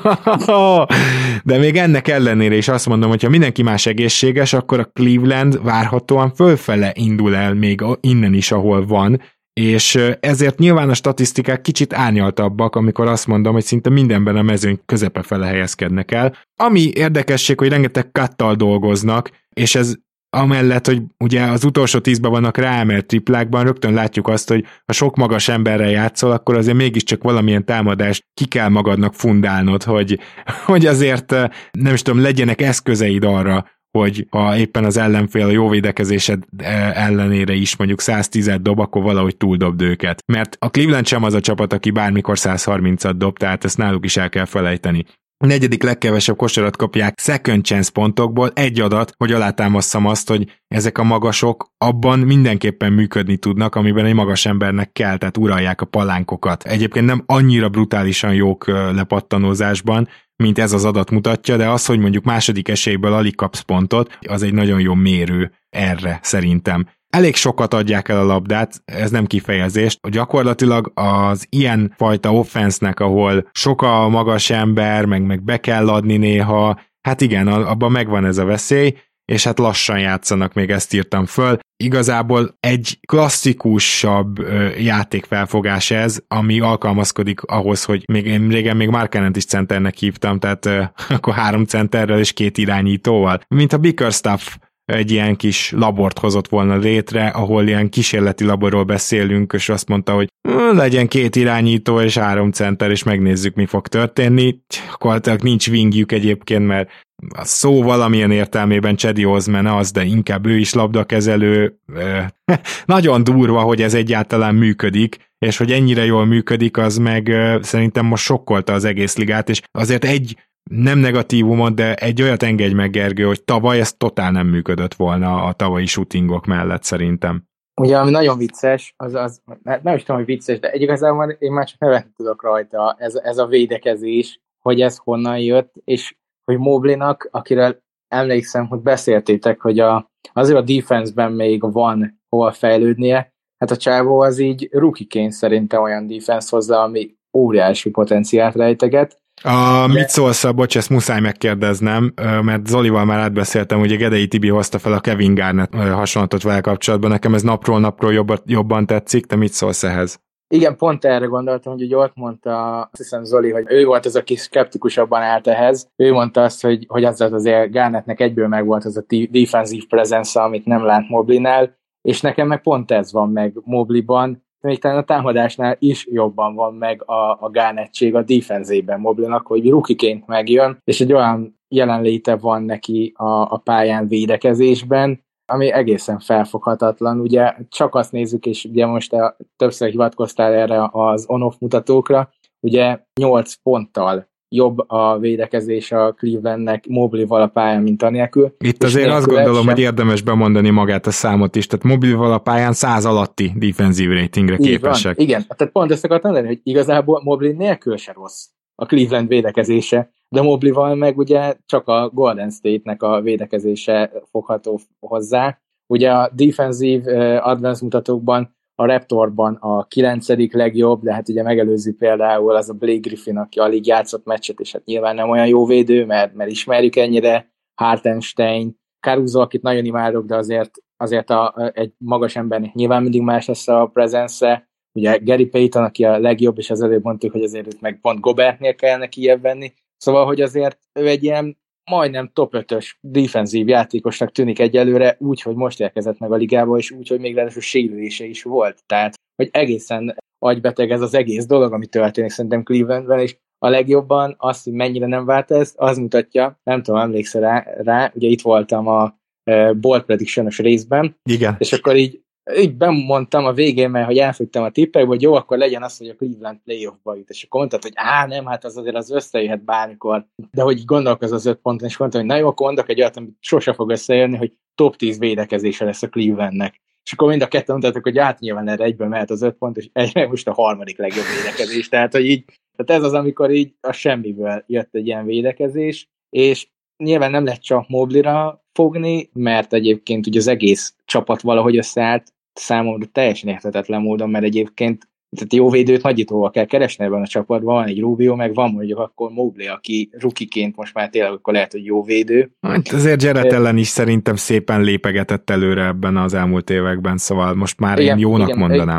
B: de még ennek ellenére is azt mondom, hogy ha mindenki más egészséges, akkor a Cleveland várhatóan fölfele indul el még innen is, ahol van, és ezért nyilván a statisztikák kicsit árnyaltabbak, amikor azt mondom, hogy szinte mindenben a mezőny közepe fele helyezkednek el. Ami érdekesség, hogy rengeteg cuttal dolgoznak, és ez amellett, hogy ugye az utolsó tízben vannak ráemelt triplákban, rögtön látjuk azt, hogy ha sok magas emberrel játszol, akkor azért mégiscsak valamilyen támadást ki kell magadnak fundálnod, hogy, hogy azért nem is tudom, legyenek eszközeid arra, hogy ha éppen az ellenfél a jó védekezésed ellenére is mondjuk száztízet dob, akkor valahogy túldobd őket. Mert a Cleveland sem az a csapat, aki bármikor százharmincat dob, tehát ezt náluk is el kell felejteni. A negyedik legkevesebb kosarat kapják second chance pontokból, egy adat, hogy alátámasztam azt, hogy ezek a magasok abban mindenképpen működni tudnak, amiben egy magas embernek kell, tehát uralják a palánkokat. Egyébként nem annyira brutálisan jók lepattanózásban, mint ez az adat mutatja, de az, hogy mondjuk második esélyből alig kapsz pontot, az egy nagyon jó mérő erre szerintem. Elég sokat adják el a labdát, ez nem kifejezés. Gyakorlatilag az ilyen fajta offensznek, ahol sok a magas ember, meg, meg be kell adni néha, hát igen, abban megvan ez a veszély, és hát lassan játszanak, még ezt írtam föl. Igazából egy klasszikusabb ö, játékfelfogás ez, ami alkalmazkodik ahhoz, hogy még én régen még Mark Cannont is centernek hívtam, tehát ö, akkor három centerrel és két irányítóval. Mint a Bickerstaff egy ilyen kis labort hozott volna létre, ahol ilyen kísérleti laborról beszélünk, és azt mondta, hogy legyen két irányító és három center, és megnézzük, mi fog történni. Gyakorlatilag nincs wingjük egyébként, mert a szó valamilyen értelmében Cedi Osman az, de inkább ő is labdakezelő. Nagyon durva, hogy ez egyáltalán működik, és hogy ennyire jól működik, az meg szerintem most sokkolta az egész ligát, és azért egy nem negatívumot, de egy olyat engedj meg, Gergő, hogy tavaly ez totál nem működött volna a tavalyi shootingok mellett szerintem.
C: Ugye, ami nagyon vicces, az, az nem is tudom, hogy vicces, de egy igazából én már csak nevetni tudok rajta, ez, ez a védekezés, hogy ez honnan jött, és hogy Mobleynak, akiről emlékszem, hogy beszéltétek, hogy a, azért a defense-ben még van hol fejlődnie, hát a csávó az így rookie-ként szerintem olyan defense hozzá, ami óriási potenciált rejteget.
B: A, mit szólsz, bocs, ezt muszáj megkérdeznem, mert Zolival már átbeszéltem, hogy a Gedei Tibi hozta fel a Kevin Garnett hasonlatot vele kapcsolatban, nekem ez napról napról jobban, jobban tetszik, te mit szólsz ehhez?
C: Igen, pont erre gondoltam, hogy ugye ott mondta, azt hiszem Zoli, hogy ő volt az, aki szkeptikusabban állt ehhez. Ő mondta azt, hogy, hogy az azért Garnettnek egyből megvolt az a defensív presence, amit nem lát Mobley-nál, és nekem meg pont ez van meg Mobley-ban, még talán a támadásnál is jobban van meg a, a Garnettség a defenzében Mobleynak, hogy rookie-ként megjön, és egy olyan jelenléte van neki a, a pályán védekezésben, ami egészen felfoghatatlan. Ugye csak azt nézzük, és ugye most te többször hivatkoztál erre az on-off mutatókra, ugye nyolc ponttal jobb a védekezés a Clevelandnek Mobley-val a pályán, mint anélkül.
B: Itt azért azt gondolom, sem... hogy érdemes bemondani magát a számot is, tehát Mobley-val a pályán száz alatti defensív ratingre képesek.
C: Igen, tehát pont ezt akartam mondani, hogy igazából Mobley nélkül se rossz a Cleveland védekezése, de Mobley-val meg ugye csak a Golden State-nek a védekezése fogható hozzá. Ugye a defensív uh, advanced mutatókban a Raptorban a kilencedik legjobb, de hát ugye megelőzi például az a Blake Griffin, aki alig játszott meccset, és hát nyilván nem olyan jó védő, mert, mert ismerjük ennyire, Hartenstein, Caruso, akit nagyon imádok, de azért, azért a, a, egy magas embernek nyilván mindig más lesz a presence-e, ugye Gary Payton, aki a legjobb, és az előbb mondtuk, hogy azért itt meg pont Gobertnél kellene kijebb venni, szóval, hogy azért ő egy ilyen majdnem top ötös defenzív játékosnak tűnik egyelőre, úgy, hogy most érkezett meg a ligába, és úgy, hogy még ráadásul sérülése is volt. Tehát, hogy egészen agybeteg ez az egész dolog, ami történik szerintem Clevelandben, és a legjobban azt, hogy mennyire nem vált ez, az mutatja, nem tudom, emlékszel rá, rá ugye itt voltam a uh, Bold Prediction-os részben,
B: igen.
C: És akkor így így bemondtam a végén, mert hogy elfogytam a tippekbe, hogy jó, akkor legyen az, hogy a Cleveland playoffba jut, és akkor mondtad, hogy á, nem, hát az azért az összejöhet bármikor, de hogy gondolkoz az öt ponton, és mondtam, hogy na jó, akkor mondok egy olyat, amit sose fog összejönni, hogy top tíz védekezése lesz a Clevelandnek. És akkor mind a ketten mondtátok, hogy hát nyilván erre egyből mehet az öt pont, és egyre most a harmadik legjobb védekezés, tehát hogy így, tehát ez az, amikor így a semmiből jött egy ilyen védekezés, és nyilván nem lehet csak Mobleyra fogni, mert egyébként ugye az egész csapat valahogy összeállt, számomra teljesen érthetetlen módon, mert egyébként tehát jó védőt nagyítóval kell keresni ebben a csapatban, van egy Rubio, meg van mondjuk akkor Mobley, aki rukiként most már tényleg akkor lehet, hogy jó védő.
B: Hát azért Jarrett ellen is szerintem szépen lépegetett előre ebben az elmúlt években, szóval most már igen, én jónak igen, mondanám.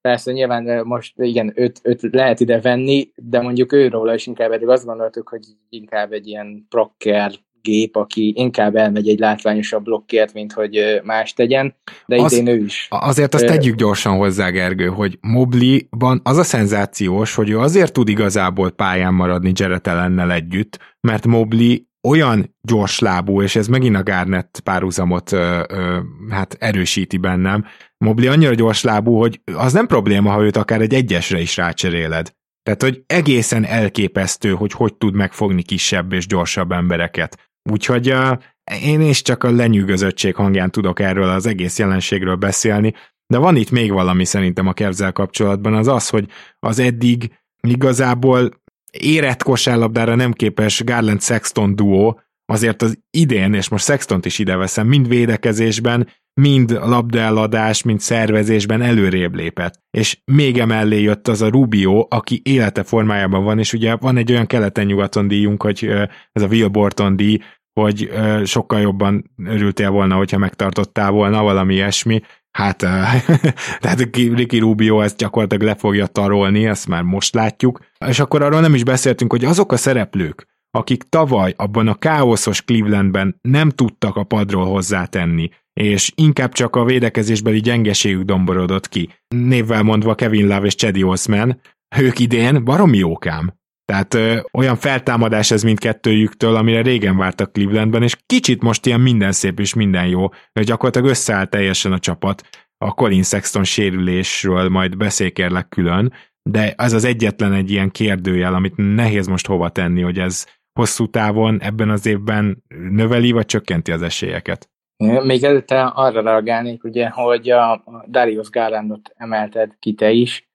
C: Persze nyilván most igen, őt, őt lehet ide venni, de mondjuk őróla is inkább eddig azt gondoltuk, hogy inkább egy ilyen prokker gép, aki inkább elmegy egy látványosabb blokkért, mint hogy más tegyen, de az, idén ő is.
B: Azért azt tegyük gyorsan hozzá, Gergő, hogy Mobley-ban az a szenzációs, hogy ő azért tud igazából pályán maradni Jarrett Allennel együtt, mert Mobley olyan gyorslábú, és ez megint a Garnett párhuzamot ö, ö, hát erősíti bennem. Mobley annyira gyorslábú, hogy az nem probléma, ha őt akár egy egyesre is rácseréled. Tehát, hogy egészen elképesztő, hogy hogy tud megfogni kisebb és gyorsabb embereket. Úgyhogy uh, én is csak a lenyűgözöttség hangján tudok erről az egész jelenségről beszélni, de van itt még valami szerintem a Cavs-zel kapcsolatban, az az, hogy az eddig igazából érett kosárlabdára nem képes Garland-Sexton duó, azért az idén, és most Sextont is ide veszem, mind védekezésben, mind labdaeladás, mind szervezésben előrébb lépett. És még emellé jött az a Rubio, aki élete formájában van, és ugye van egy olyan keleten-nyugaton díjunk, hogy ez a Will Borton díj, hogy sokkal jobban örültél volna, hogyha megtartottál volna, valami ilyesmi. Hát, tehát Ricky Rubio ezt gyakorlatilag le fogja tarolni, ezt már most látjuk. És akkor arról nem is beszéltünk, hogy azok a szereplők, akik tavaly abban a káoszos Clevelandben nem tudtak a padról hozzátenni, és inkább csak a védekezésbeli gyengeségük domborodott ki. Névvel mondva Kevin Love és Cedi Osman, ők idén baromi jókám. Tehát ö, olyan feltámadás ez mindkettőjüktől, amire régen vártak Clevelandben, és kicsit most ilyen minden szép és minden jó, hogy gyakorlatilag összeáll teljesen a csapat. A Colin Sexton sérülésről majd beszélkérlek külön, de az az egyetlen egy ilyen kérdőjel, amit nehéz most hova tenni, hogy ez hosszú távon ebben az évben növeli, vagy csökkenti az esélyeket.
C: Még előtte arra reagálnék, ugye, hogy a Darius Garlandot emelted ki te is.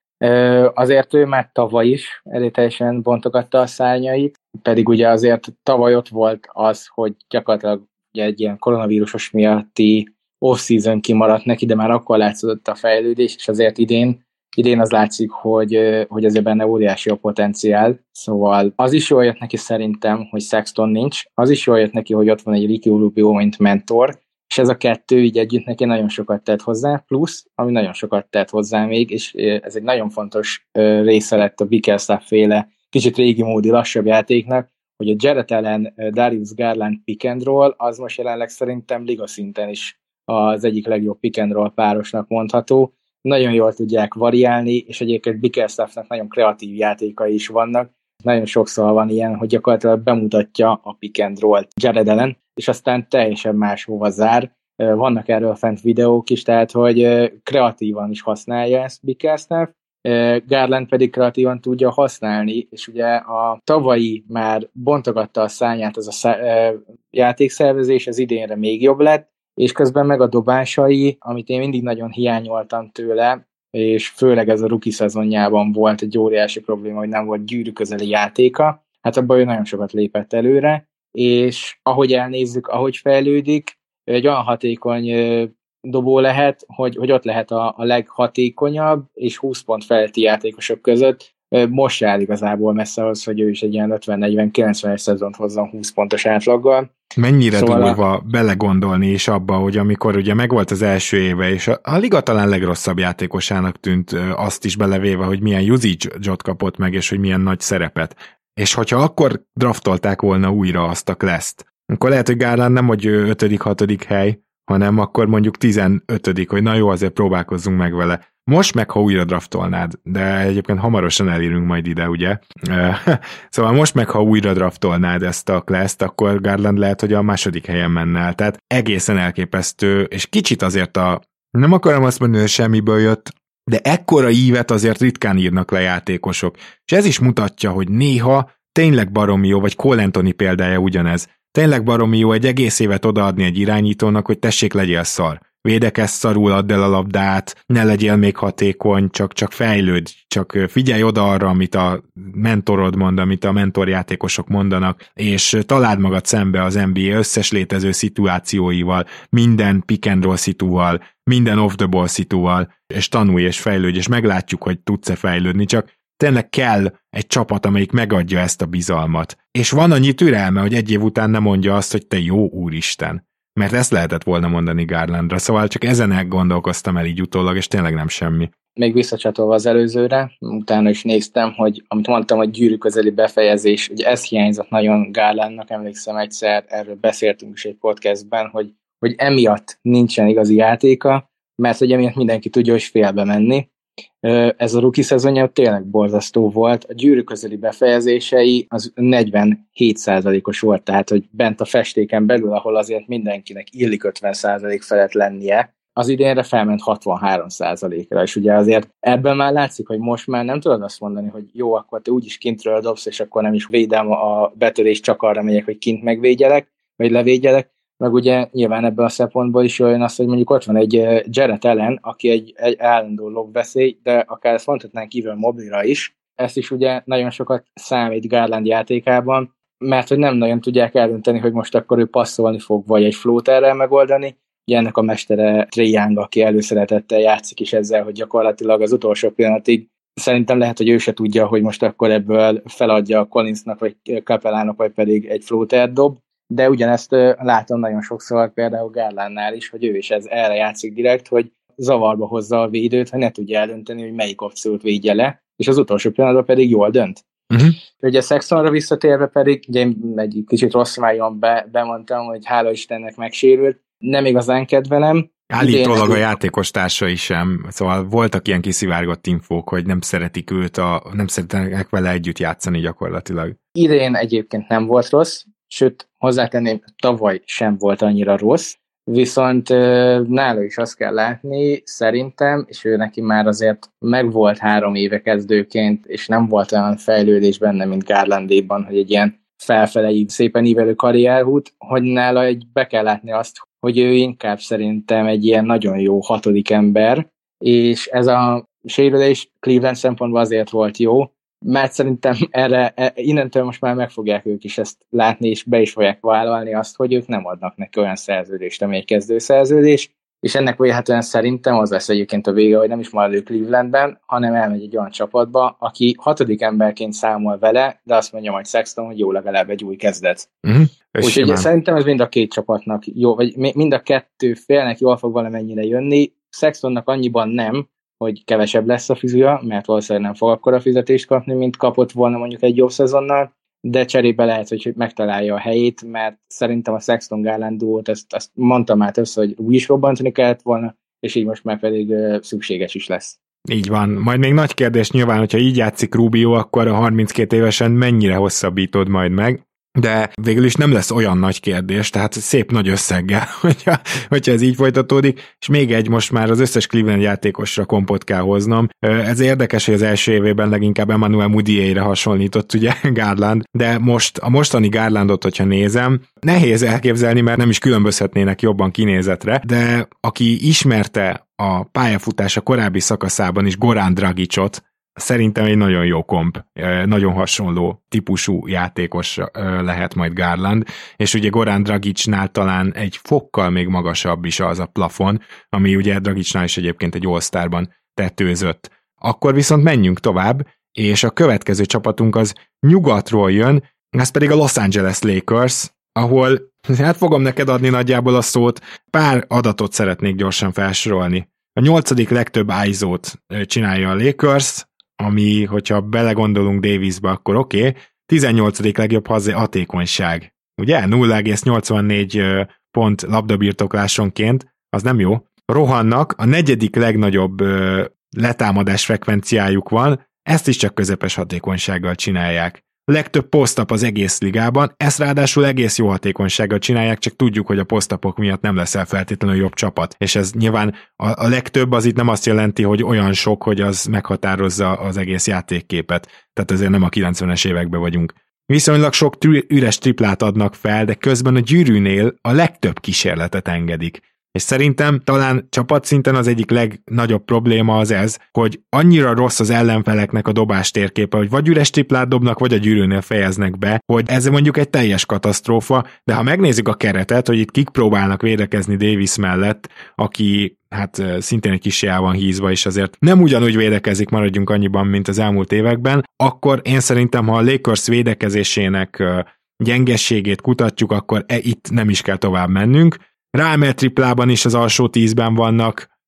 C: Azért ő már tavaly is elég teljesen bontogatta a szárnyait, pedig ugye azért tavaly ott volt az, hogy gyakorlatilag ugye egy ilyen koronavírusos miatti off-season kimaradt neki, de már akkor látszott a fejlődés, és azért idén Idén az látszik, hogy, hogy azért benne óriási a potenciál, szóval az is jól jött neki szerintem, hogy Sexton nincs, az is jól jött neki, hogy ott van egy Ricky Rubio, mint mentor, és ez a kettő így együtt neki nagyon sokat tett hozzá, plusz, ami nagyon sokat tett hozzá még, és ez egy nagyon fontos része lett a Bickerstaff féle kicsit régi módi lassabb játéknak, hogy a Jarrett Allen, Darius Garland pick and roll, az most jelenleg szerintem liga szinten is az egyik legjobb pick and roll párosnak mondható. Nagyon jól tudják variálni, és egyébként Bickerstaffnak nagyon kreatív játékai is vannak. Nagyon sokszor van ilyen, hogy gyakorlatilag bemutatja a pick and roll-t Jarrett Allen, és aztán teljesen máshova zár. Vannak erről fent videók is, tehát hogy kreatívan is használja ezt Bickerstaff, Garland pedig kreatívan tudja használni, és ugye a tavalyi már bontogatta a szányát az a szá- játékszervezés, az idénre még jobb lett, és közben meg a dobásai, amit én mindig nagyon hiányoltam tőle, és főleg ez a rookie szezonjában volt egy óriási probléma, hogy nem volt gyűrűközeli játéka, hát abban ő nagyon sokat lépett előre, és ahogy elnézzük, ahogy fejlődik, egy olyan hatékony dobó lehet, hogy, hogy ott lehet a, a leghatékonyabb és húsz pont feletti játékosok között. Most áll igazából messze az, hogy ő is egy ilyen ötven-negyven-kilencvenes szezont hozzon húsz pontos átlaggal.
B: Mennyire szóval durva a... belegondolni is abba, hogy amikor ugye megvolt az első éve, és a, a liga talán legrosszabb játékosának tűnt, azt is belevéve, hogy milyen usage-ot kapott meg, és hogy milyen nagy szerepet. És hogyha akkor draftolták volna újra azt a Class-t, akkor lehet, hogy Garland nem, hogy ötödik, hatodik hely, hanem akkor mondjuk tizenötödik, hogy na jó, azért próbálkozzunk meg vele. Most meg, ha újra draftolnád, de egyébként hamarosan elérünk majd ide, ugye? Szóval most meg, ha újra draftolnád ezt a Class-t, akkor Garland lehet, hogy a második helyen menne el. Tehát egészen elképesztő, és kicsit azért a, nem akarom azt mondani, hogy semmiből jött, de ekkora ívet azért ritkán írnak le játékosok. És ez is mutatja, hogy néha tényleg baromi jó, vagy Cole Anthony példája ugyanez. Tényleg baromi jó egy egész évet odaadni egy irányítónak, hogy tessék, legyél szar. Védekezz szarul, add el a labdát, ne legyél még hatékony, csak, csak fejlődj, csak figyelj oda arra, amit a mentorod mond, amit a mentorjátékosok mondanak, és találd magad szembe az en bé á összes létező szituációival, minden pick and roll szitúval, minden off the ball szitúval, és tanulj és fejlődj, és meglátjuk, hogy tudsz-e fejlődni, csak tényleg kell egy csapat, amelyik megadja ezt a bizalmat. És van annyi türelme, hogy egy év után ne mondja azt, hogy te jó úristen. Mert ezt lehetett volna mondani Garlandra, szóval csak ezen elgondolkoztam el így utólag, és tényleg nem semmi.
C: még visszacsatolva az előzőre, utána is néztem, hogy amit mondtam, hogy gyűrű közeli befejezés, ugye ez hiányzott nagyon Garlandnak, emlékszem egyszer, erről beszéltünk is egy podcastben, hogy, hogy emiatt nincsen igazi játéka, mert hogy emiatt mindenki tudja, hogy félbe menni. Ez a rookie szezonja tényleg borzasztó volt, a gyűrű közeli befejezései az negyvenhét százalékos volt, tehát hogy bent a festéken belül, ahol azért mindenkinek illik ötven százalék felett lennie, az idénre felment hatvanhárom százalékra, és ugye azért ebben már látszik, hogy most már nem tudod azt mondani, hogy jó, akkor te úgyis kintről dobsz, és akkor nem is védem a betörést, csak arra megyek, hogy kint megvédjelek, vagy levédjelek, meg ugye nyilván ebből a szempontból is olyan az, hogy mondjuk ott van egy Jarrett Allen, aki egy, egy állandó lobveszély, de akár ezt mondhatnánk kívül mobilra is, ezt is ugye nagyon sokat számít Garland játékában, mert hogy nem nagyon tudják eldönteni, hogy most akkor ő passzolni fog, vagy egy floaterrel megoldani. Ugye ennek a mestere Trae Young, aki előszeretettel játszik is ezzel, hogy gyakorlatilag az utolsó pillanatig szerintem lehet, hogy ő se tudja, hogy most akkor ebből feladja a Collinsnak, vagy Capellának, vagy pedig egy floater dob, de ugyanezt látom nagyon sokszor például Garlandnál is, hogy ő is ez, erre játszik direkt, hogy zavarba hozza a védőt, hogy ne tudja eldönteni, hogy melyik opciót védje le, és az utolsó pillanatban pedig jól dönt. Uh-huh. Ugye Sextonra visszatérve pedig, ugye egy kicsit rossz májon be, bemondtam, hogy hála Istennek megsérült, nem igazán kedvelem.
B: Állítólag a játékos társai sem, szóval voltak ilyen kiszivárgott infók, hogy nem szeretik őt, a, nem szeretnek vele együtt játszani gyakorlatilag.
C: Idén egyébként nem volt rossz, sőt, hozzátenném, tavaly sem volt annyira rossz, viszont nála is azt kell látni, szerintem, és ő neki már azért megvolt három éve kezdőként, és nem volt olyan fejlődés benne, mint Garlandéban, hogy egy ilyen felfelei, szépen ívelő karrierút, hogy nála egy be kell látni azt, hogy ő inkább szerintem egy ilyen nagyon jó hatodik ember, és ez a sérülés Cleveland szempontból azért volt jó, mert szerintem erre, innentől most már meg fogják ők is ezt látni, és be is fogják vállalni azt, hogy ők nem adnak neki olyan szerződést, ami egy kezdőszerződés, és ennek vélhetően szerintem az lesz egyébként a vége, hogy nem is marad ő Clevelandben, hanem elmegy egy olyan csapatba, aki hatodik emberként számol vele, de azt mondja majd Sexton, hogy jó, legalább egy új kezdet. Uh-huh. Úgyhogy szerintem ez mind a két csapatnak jó, vagy mind a kettő félnek jól fog valamennyire jönni. Sextonnak annyiban nem, hogy kevesebb lesz a fizia, mert valószínűleg nem fog akkora fizetést kapni, mint kapott volna mondjuk egy jobb szezonnal, de cserébe lehet, hogy megtalálja a helyét, mert szerintem a Sexton Garland duót, ezt, ezt mondtam már össze, hogy úgy is robbantani kellett volna, és így most már pedig uh, szükséges is lesz.
B: Így van. Majd még nagy kérdés nyilván, hogyha így játszik Rubio, akkor a harminckét évesen mennyire hosszabbítod majd meg, de végül is nem lesz olyan nagy kérdés, tehát szép nagy összeggel, hogyha, hogyha ez így folytatódik, és még egy, most már az összes Cleveland játékosra kompot kell hoznom. Ez érdekes, hogy az első évében leginkább Emmanuel Mudiayre hasonlított ugye Garland, de most a mostani Garlandot, hogyha nézem, nehéz elképzelni, mert nem is különbözhetnének jobban kinézetre, de aki ismerte a pályafutása korábbi szakaszában is Goran Dragicot, szerintem egy nagyon jó komp, nagyon hasonló típusú játékos lehet majd Garland, és ugye Goran Dragicnál talán egy fokkal még magasabb is az a plafon, ami ugye Dragicnál is egyébként egy All-Starban tetőzött. Akkor viszont menjünk tovább, és a következő csapatunk az nyugatról jön, ez pedig a Los Angeles Lakers, ahol, hát fogom neked adni nagyjából a szót, pár adatot szeretnék gyorsan felsorolni. A nyolcadik legtöbb i es o-t csinálja a Lakers, ami, hogyha belegondolunk Davisba, akkor oké, okay. tizennyolcadik legjobb hatékonyság. Ugye? nulla egész nyolcvannégy pont labdabirtoklásonként, az nem jó. Rohannak, a negyedik legnagyobb letámadás frekvenciájuk van, ezt is csak közepes hatékonysággal csinálják. A legtöbb posztap az egész ligában, ezt ráadásul egész jó hatékonysággal csinálják, csak tudjuk, hogy a posztapok miatt nem leszel feltétlenül jobb csapat. És ez nyilván a, a legtöbb az itt nem azt jelenti, hogy olyan sok, hogy az meghatározza az egész játékképet. Tehát ezért nem a kilencvenes években vagyunk. Viszonylag sok üres triplát adnak fel, de közben a gyűrűnél a legtöbb kísérletet engedik. És szerintem talán csapatszinten az egyik legnagyobb probléma az ez, hogy annyira rossz az ellenfeleknek a dobás térképe, hogy vagy üres triplát dobnak, vagy a gyűrűnél fejeznek be, hogy ez mondjuk egy teljes katasztrófa, de ha megnézzük a keretet, hogy itt kik próbálnak védekezni Davis mellett, aki hát szintén egy kis van hízva, és azért nem ugyanúgy védekezik, maradjunk annyiban, mint az elmúlt években, akkor én szerintem, ha a Lakers védekezésének gyengességét kutatjuk, akkor e itt nem is kell tovább mennünk. Rámel triplában is az alsó tízben vannak,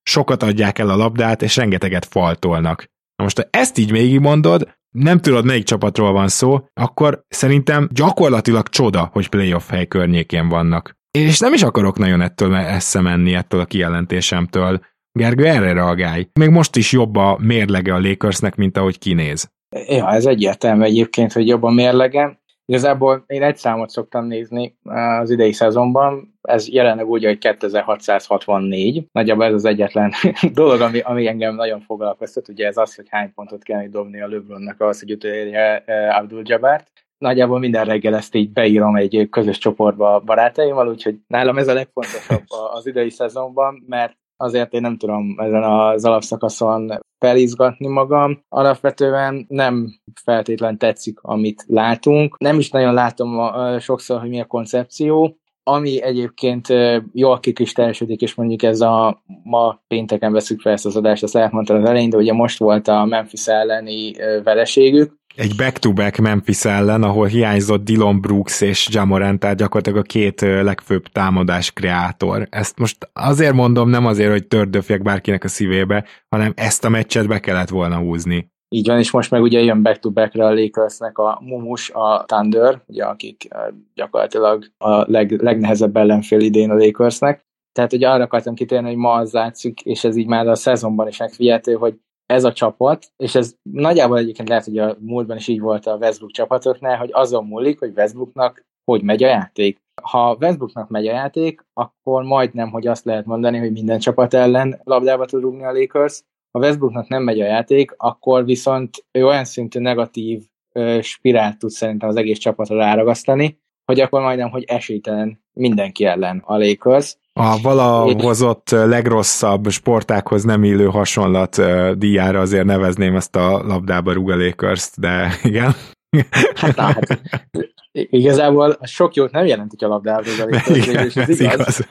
B: sokat adják el a labdát, és rengeteget faltolnak. Na most, ha ezt így végigmondod, nem tudod, melyik csapatról van szó, akkor szerintem gyakorlatilag csoda, hogy playoff hely környékén vannak. És nem is akarok nagyon ettől esze menni, ettől a kijelentésemtől. Gergő, erre reagálj. Még most is jobb a mérlege a Lakersnek, mint ahogy kinéz.
C: Ja, ez egyértelmű egyébként, hogy jobb a mérlege. Igazából én egy számot szoktam nézni az idei szezonban, ez jelenleg úgy, hogy kétezer-hatszázhatvannégy. Nagyjából ez az egyetlen dolog, ami, ami engem nagyon foglalkoztat, ugye ez az, hogy hány pontot kell dobni a LeBronnak ahhoz, hogy utolérje Abdul-Jabbart. Nagyjából minden reggel ezt így beírom egy közös csoportba a barátaimmal, úgyhogy nálam ez a legfontosabb az idei szezonban, mert azért én nem tudom ezen az alapszakaszon felizgatni magam. Alapvetően nem feltétlen tetszik, amit látunk. Nem is nagyon látom sokszor, hogy mi a koncepció. Ami egyébként jól kikristályosodott, és mondjuk ez a ma pénteken veszük fel ezt az adást, azt elmondtam az elején, de ugye most volt a Memphis elleni vereségük.
B: Egy back-to-back Memphis ellen, ahol hiányzott Dillon Brooks és Ja Morant, tehát gyakorlatilag a két legfőbb támadás kreátor. Ezt most azért mondom, nem azért, hogy tördöfjek bárkinek a szívébe, hanem ezt a meccset be kellett volna húzni.
C: Így van, és most meg ugye jön back-to-backre a Lakersnek a Mumus, a Thunder, ugye, akik gyakorlatilag a leg, legnehezebb ellenfél idén a Lakersnek. Tehát ugye arra akartam kitérni, hogy ma az látszik, és ez így már a szezonban is megfigyelhető, hogy ez a csapat, és ez nagyjából egyébként lehet, hogy a múltban is így volt a Westbrook csapatoknál, hogy azon múlik, hogy Westbrooknak hogy megy a játék. Ha Westbrooknak megy a játék, akkor majdnem, hogy azt lehet mondani, hogy minden csapat ellen labdába tud rúgni a Lakers. Ha Westbrooknak nem megy a játék, akkor viszont ő olyan szintű negatív ö, spirált tud szerintem az egész csapatra ráragasztani, hogy akkor majdnem, hogy esélytelen mindenki ellen a Lakers.
B: A valahozott legrosszabb sportákhoz nem illő hasonlat uh, díjára azért nevezném ezt a labdába rúg a Lakers-t, de igen.
C: Hát, na, hát igazából sok jót nem jelent, hogy a labdába rúg a Lakers,
B: igen,
C: és ez igaz. igaz.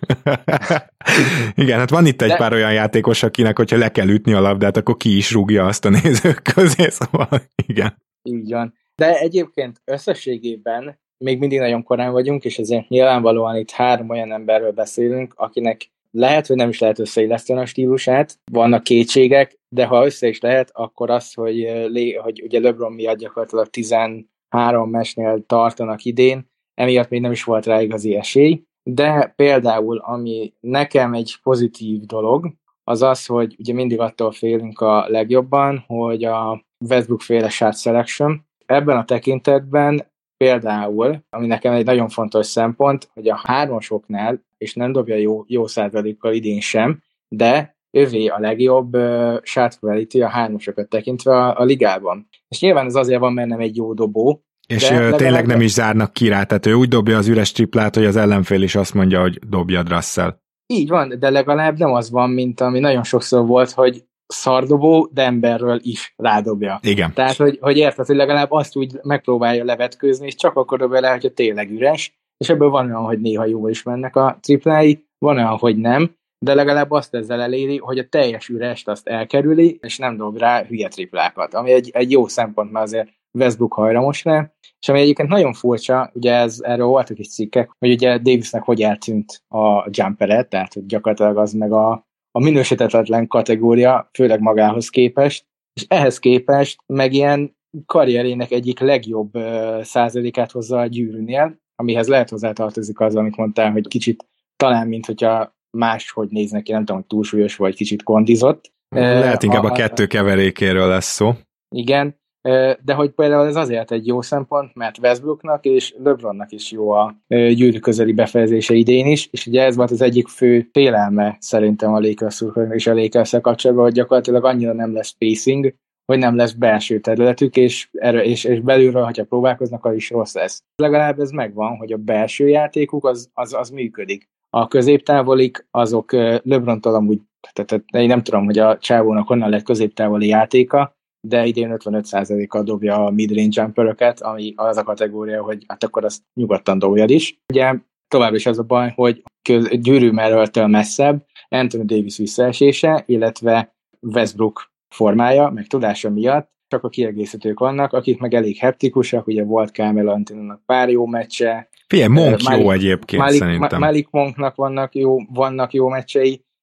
B: Igen, hát van itt egy de... pár olyan játékos, akinek, hogyha le kell ütni a labdát, akkor ki is rúgja azt a nézők közé, szóval igen.
C: Így van. De egyébként összességében még mindig nagyon korán vagyunk, és ezért nyilvánvalóan itt három olyan emberről beszélünk, akinek lehet, hogy nem is lehet összeilleszteni a stílusát, vannak kétségek, de ha össze is lehet, akkor az, hogy, hogy ugye LeBron miatt gyakorlatilag tizenhárom meccsnél tartanak idén, emiatt még nem is volt rá igazi esély, de például, ami nekem egy pozitív dolog, az az, hogy ugye mindig attól félünk a legjobban, hogy a Westbrook féle shot selection, ebben a tekintetben például, ami nekem egy nagyon fontos szempont, hogy a hármasoknál, és nem dobja jó, jó százalékkal idén sem, de ővé a legjobb uh, shot quality a hármasokat tekintve a, a ligában. És nyilván ez azért van, mert nem egy jó dobó.
B: És tényleg nem is zárnak ki rá, tehát ő úgy dobja az üres triplát, hogy az ellenfél is azt mondja, hogy dobjad, Russell.
C: Így van, de legalább nem az van, mint ami nagyon sokszor volt, hogy szardobó, de emberről is rádobja.
B: Igen.
C: Tehát, hogy, hogy érted, hogy legalább azt úgy megpróbálja levetkőzni, és csak akkor dobja le, hogyha tényleg üres, és ebből van olyan, hogy néha jól is mennek a triplái, van olyan, hogy nem, de legalább azt ezzel eléri, hogy a teljes ürest azt elkerüli, és nem dob rá hülye triplákat, ami egy, egy jó szempont, mert azért Westbrook hajramos rá, és ami egyébként nagyon furcsa, ugye ez, erről voltak is cikkek, hogy ugye Davisnek hogy eltűnt a jumperet, tehát hogy gyakorlatilag az meg a a minősíthetetlen kategória, főleg magához képest, és ehhez képest meg ilyen karrierének egyik legjobb uh, százalékát hozza a gyűrűnél, amihez lehet hozzátartozik az, amit mondtál, hogy kicsit talán, mint hogyha máshogy néznek ki, nem tudom, hogy túlsúlyos vagy kicsit kondizott.
B: Lehet inkább a, a kettő keverékéről lesz szó.
C: Igen, de hogy például ez azért egy jó szempont, mert Westbrooknak és LeBronnak is jó a gyűrű közeli befejezése idén is, és ugye ez volt az egyik fő félelme szerintem a Lakers és a Lakers-szel kapcsolatban, hogy gyakorlatilag annyira nem lesz spacing, hogy nem lesz belső területük, és, és, és belülről, hogyha próbálkoznak, az is rossz lesz. Legalább ez megvan, hogy a belső játékuk az, az, az működik. A középtávolik azok LeBrontól amúgy, tehát én nem tudom, hogy a csávónak honnan lett középtávoli játéka, de idén ötvenöt százalékkal dobja a midrange jumperöket, ami az a kategória, hogy hát akkor azt nyugodtan dobjad is. Ugye tovább is az a baj, hogy gyűrűmerőltől messzebb Anthony Davis visszaesése, illetve Westbrook formája, meg tudása miatt csak a kiegészítők vannak, akik meg elég heptikusak, ugye volt Carmelo Anthonynak pár jó meccse.
B: Figyelj, Monk Malik, jó egyébként
C: Malik,
B: szerintem.
C: Malik Monknak vannak jó, vannak jó meccsei,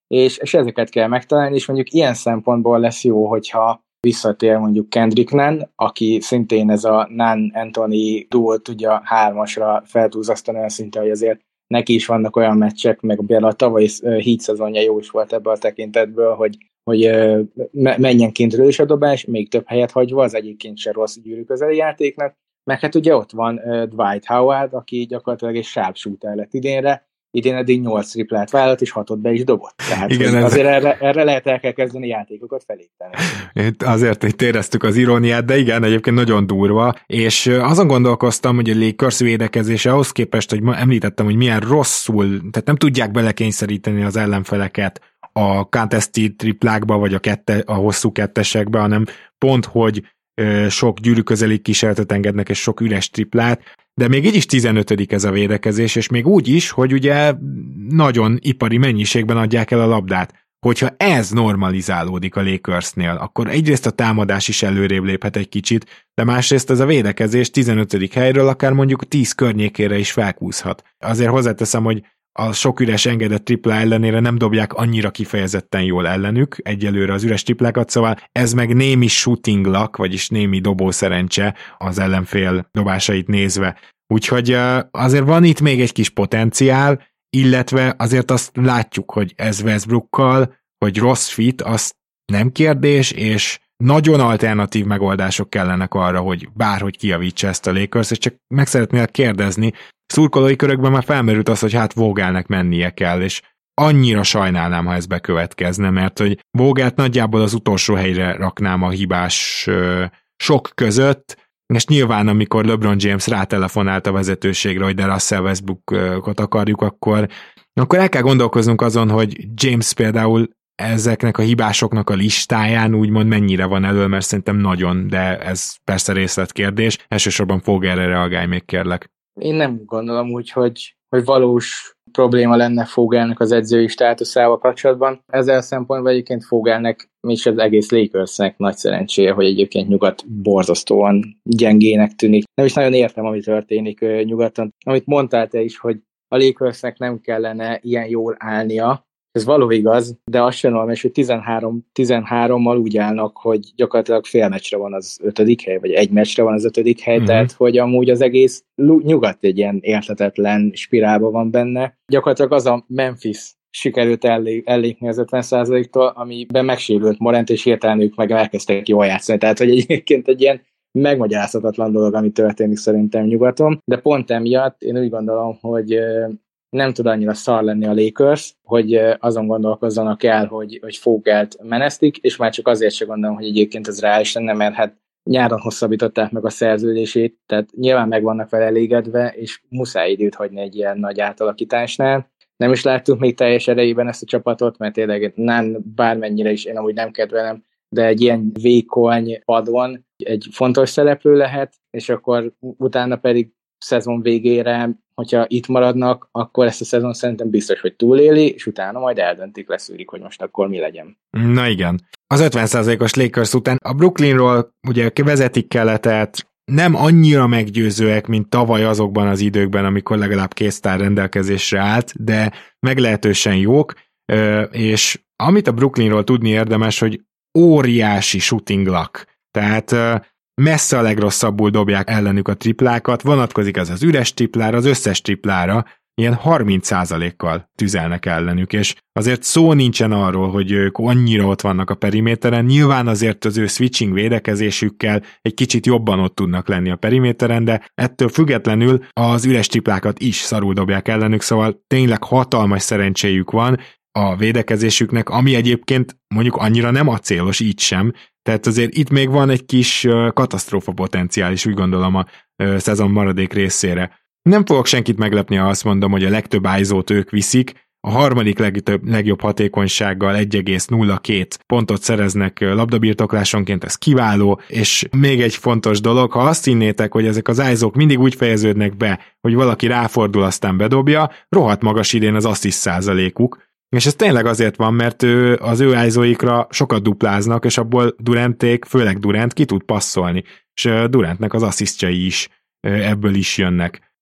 C: és, és ezeket kell megtalálni, és mondjuk ilyen szempontból lesz jó, hogyha visszatér mondjuk Kendrick Nunn, aki szintén ez a Nunn-Anthony duót tudja hármasra feltúzasztani olyan szinte, hogy azért neki is vannak olyan meccsek, meg például a tavalyi Heat szezonja jó is volt ebből a tekintetből, hogy, hogy menjen kintről is a dobás, még több helyet hagyva, az egyébként se rossz gyűrűközeli játéknak, meg hát ugye ott van Dwight Howard, aki gyakorlatilag egy sharpshooter lett idénre, idén eddig nyolc triplát vállalt, és hatot be is dobott. Tehát igen, azért erre, erre lehet el kell kezdeni játékokat felépíteni.
B: Azért itt éreztük az iróniát, de igen, egyébként nagyon durva, és azon gondolkoztam, hogy a Lakers védekezése ahhoz képest, hogy ma említettem, hogy milyen rosszul, tehát nem tudják belekényszeríteni az ellenfeleket a contested triplákba, vagy a, kette, a hosszú kettesekbe, hanem pont, hogy sok gyűrűközeli kísérletet engednek, és sok üres triplát, de még így is tizenötödik ez a védekezés, és még úgy is, hogy ugye nagyon ipari mennyiségben adják el a labdát. Hogyha ez normalizálódik a Lakersnél, akkor egyrészt a támadás is előrébb léphet egy kicsit, de másrészt ez a védekezés tizenötödik helyről akár mondjuk tíz környékére is felkúszhat. Azért hozzáteszem, hogy a sok üres engedett tripla ellenére nem dobják annyira kifejezetten jól ellenük, egyelőre az üres triplákat, szóval ez meg némi shooting luck, vagyis némi dobószerencse az ellenfél dobásait nézve. Úgyhogy azért van itt még egy kis potenciál, illetve azért azt látjuk, hogy ez Westbrookkal, hogy rossz fit, az nem kérdés, és nagyon alternatív megoldások kellenek arra, hogy bárhogy kijavítsa ezt a Lakers, és csak meg szeretnél kérdezni, szurkolói körökben már felmerült az, hogy hát Vogelnek mennie kell, és annyira sajnálnám, ha ez bekövetkezne, mert hogy Vogelt nagyjából az utolsó helyre raknám a hibás ö, sok között, és nyilván amikor LeBron James rátelefonált a vezetőségre, hogy de Russell Westbrookot akarjuk, akkor, akkor el kell gondolkoznunk azon, hogy James például ezeknek a hibásoknak a listáján úgymond mennyire van elől, mert szerintem nagyon, de ez persze részletkérdés. Elsősorban Fogelre reagálj még, kérlek.
C: Én nem gondolom úgy, hogy, hogy valós probléma lenne Fogelnek az edzői státuszával kapcsolatban. Ezzel szempontból egyébként Fogelnek és az egész Lakersnek nagy szerencséje, hogy egyébként nyugat borzasztóan gyengének tűnik. Nem is nagyon értem, ami történik nyugaton. Amit mondtál te is, hogy a Lakersnek nem kellene ilyen jól állnia, ez való igaz, de azt sem normális, hogy tizenhárom tizenhárommal úgy állnak, hogy gyakorlatilag fél meccsre van az ötödik hely, vagy egy meccsre van az ötödik hely, mm-hmm. tehát hogy amúgy az egész nyugat egy ilyen érthetetlen spirálban van benne. Gyakorlatilag az a Memphis sikerült ellépni az ötven százaléktól, amiben megsérült Morant, és hirtelen ők meg elkezdtek jól játszani. Tehát, hogy egyébként egy ilyen megmagyarázhatatlan dolog, ami történik szerintem nyugaton, de pont emiatt én úgy gondolom, hogy nem tud annyira szar lenni a Lakers, hogy azon gondolkozzanak el, hogy, hogy Fogelt menesztik, és már csak azért sem gondolom, hogy egyébként ez reális lenne, mert hát nyáron hosszabbították meg a szerződését, tehát nyilván meg vannak vele elégedve, és muszáj időt hagyni egy ilyen nagy átalakításnál. Nem is láttuk még teljes erejében ezt a csapatot, mert tényleg nem bármennyire is én amúgy nem kedvelem, de egy ilyen vékony padon egy fontos szereplő lehet, és akkor utána pedig szezon végére, hogyha itt maradnak, akkor ezt a szezon szerintem biztos, hogy túléli, és utána majd eldöntik, leszűrik, hogy most akkor mi legyen.
B: Na igen. Az ötven százalékos Lakers után a Brooklynról ugye vezetik keletet, nem annyira meggyőzőek, mint tavaly azokban az időkben, amikor legalább két sztár rendelkezésre állt, de meglehetősen jók, és amit a Brooklynról tudni érdemes, hogy óriási shooting luck. Tehát messze a legrosszabbul dobják ellenük a triplákat, vonatkozik ez az üres triplára, az összes triplára, ilyen harminc százalékkal tüzelnek ellenük, és azért szó nincsen arról, hogy ők annyira ott vannak a periméteren, nyilván azért az ő switching védekezésükkel egy kicsit jobban ott tudnak lenni a periméteren, de ettől függetlenül az üres triplákat is szarul dobják ellenük, szóval tényleg hatalmas szerencséjük van a védekezésüknek, ami egyébként mondjuk annyira nem acélos, így sem, tehát azért itt még van egy kis katasztrófa potenciál is, úgy gondolom a szezon maradék részére. Nem fogok senkit meglepni, ha azt mondom, hogy a legtöbb i es o-t ők viszik, a harmadik legtöbb, legjobb hatékonysággal egy egész nulla két pontot szereznek labdabirtoklásonként, ez kiváló, és még egy fontos dolog, ha azt hinnétek, hogy ezek az i es o-k mindig úgy fejeződnek be, hogy valaki ráfordul, aztán bedobja, rohadt magas idén az assziszt százalékuk, és ez tényleg azért van, mert ő, az ő i es o-ikra sokat dupláznak, és abból Duranték, főleg Durant ki tud passzolni, és Durantnek az asszisztjai is ebből is jönnek.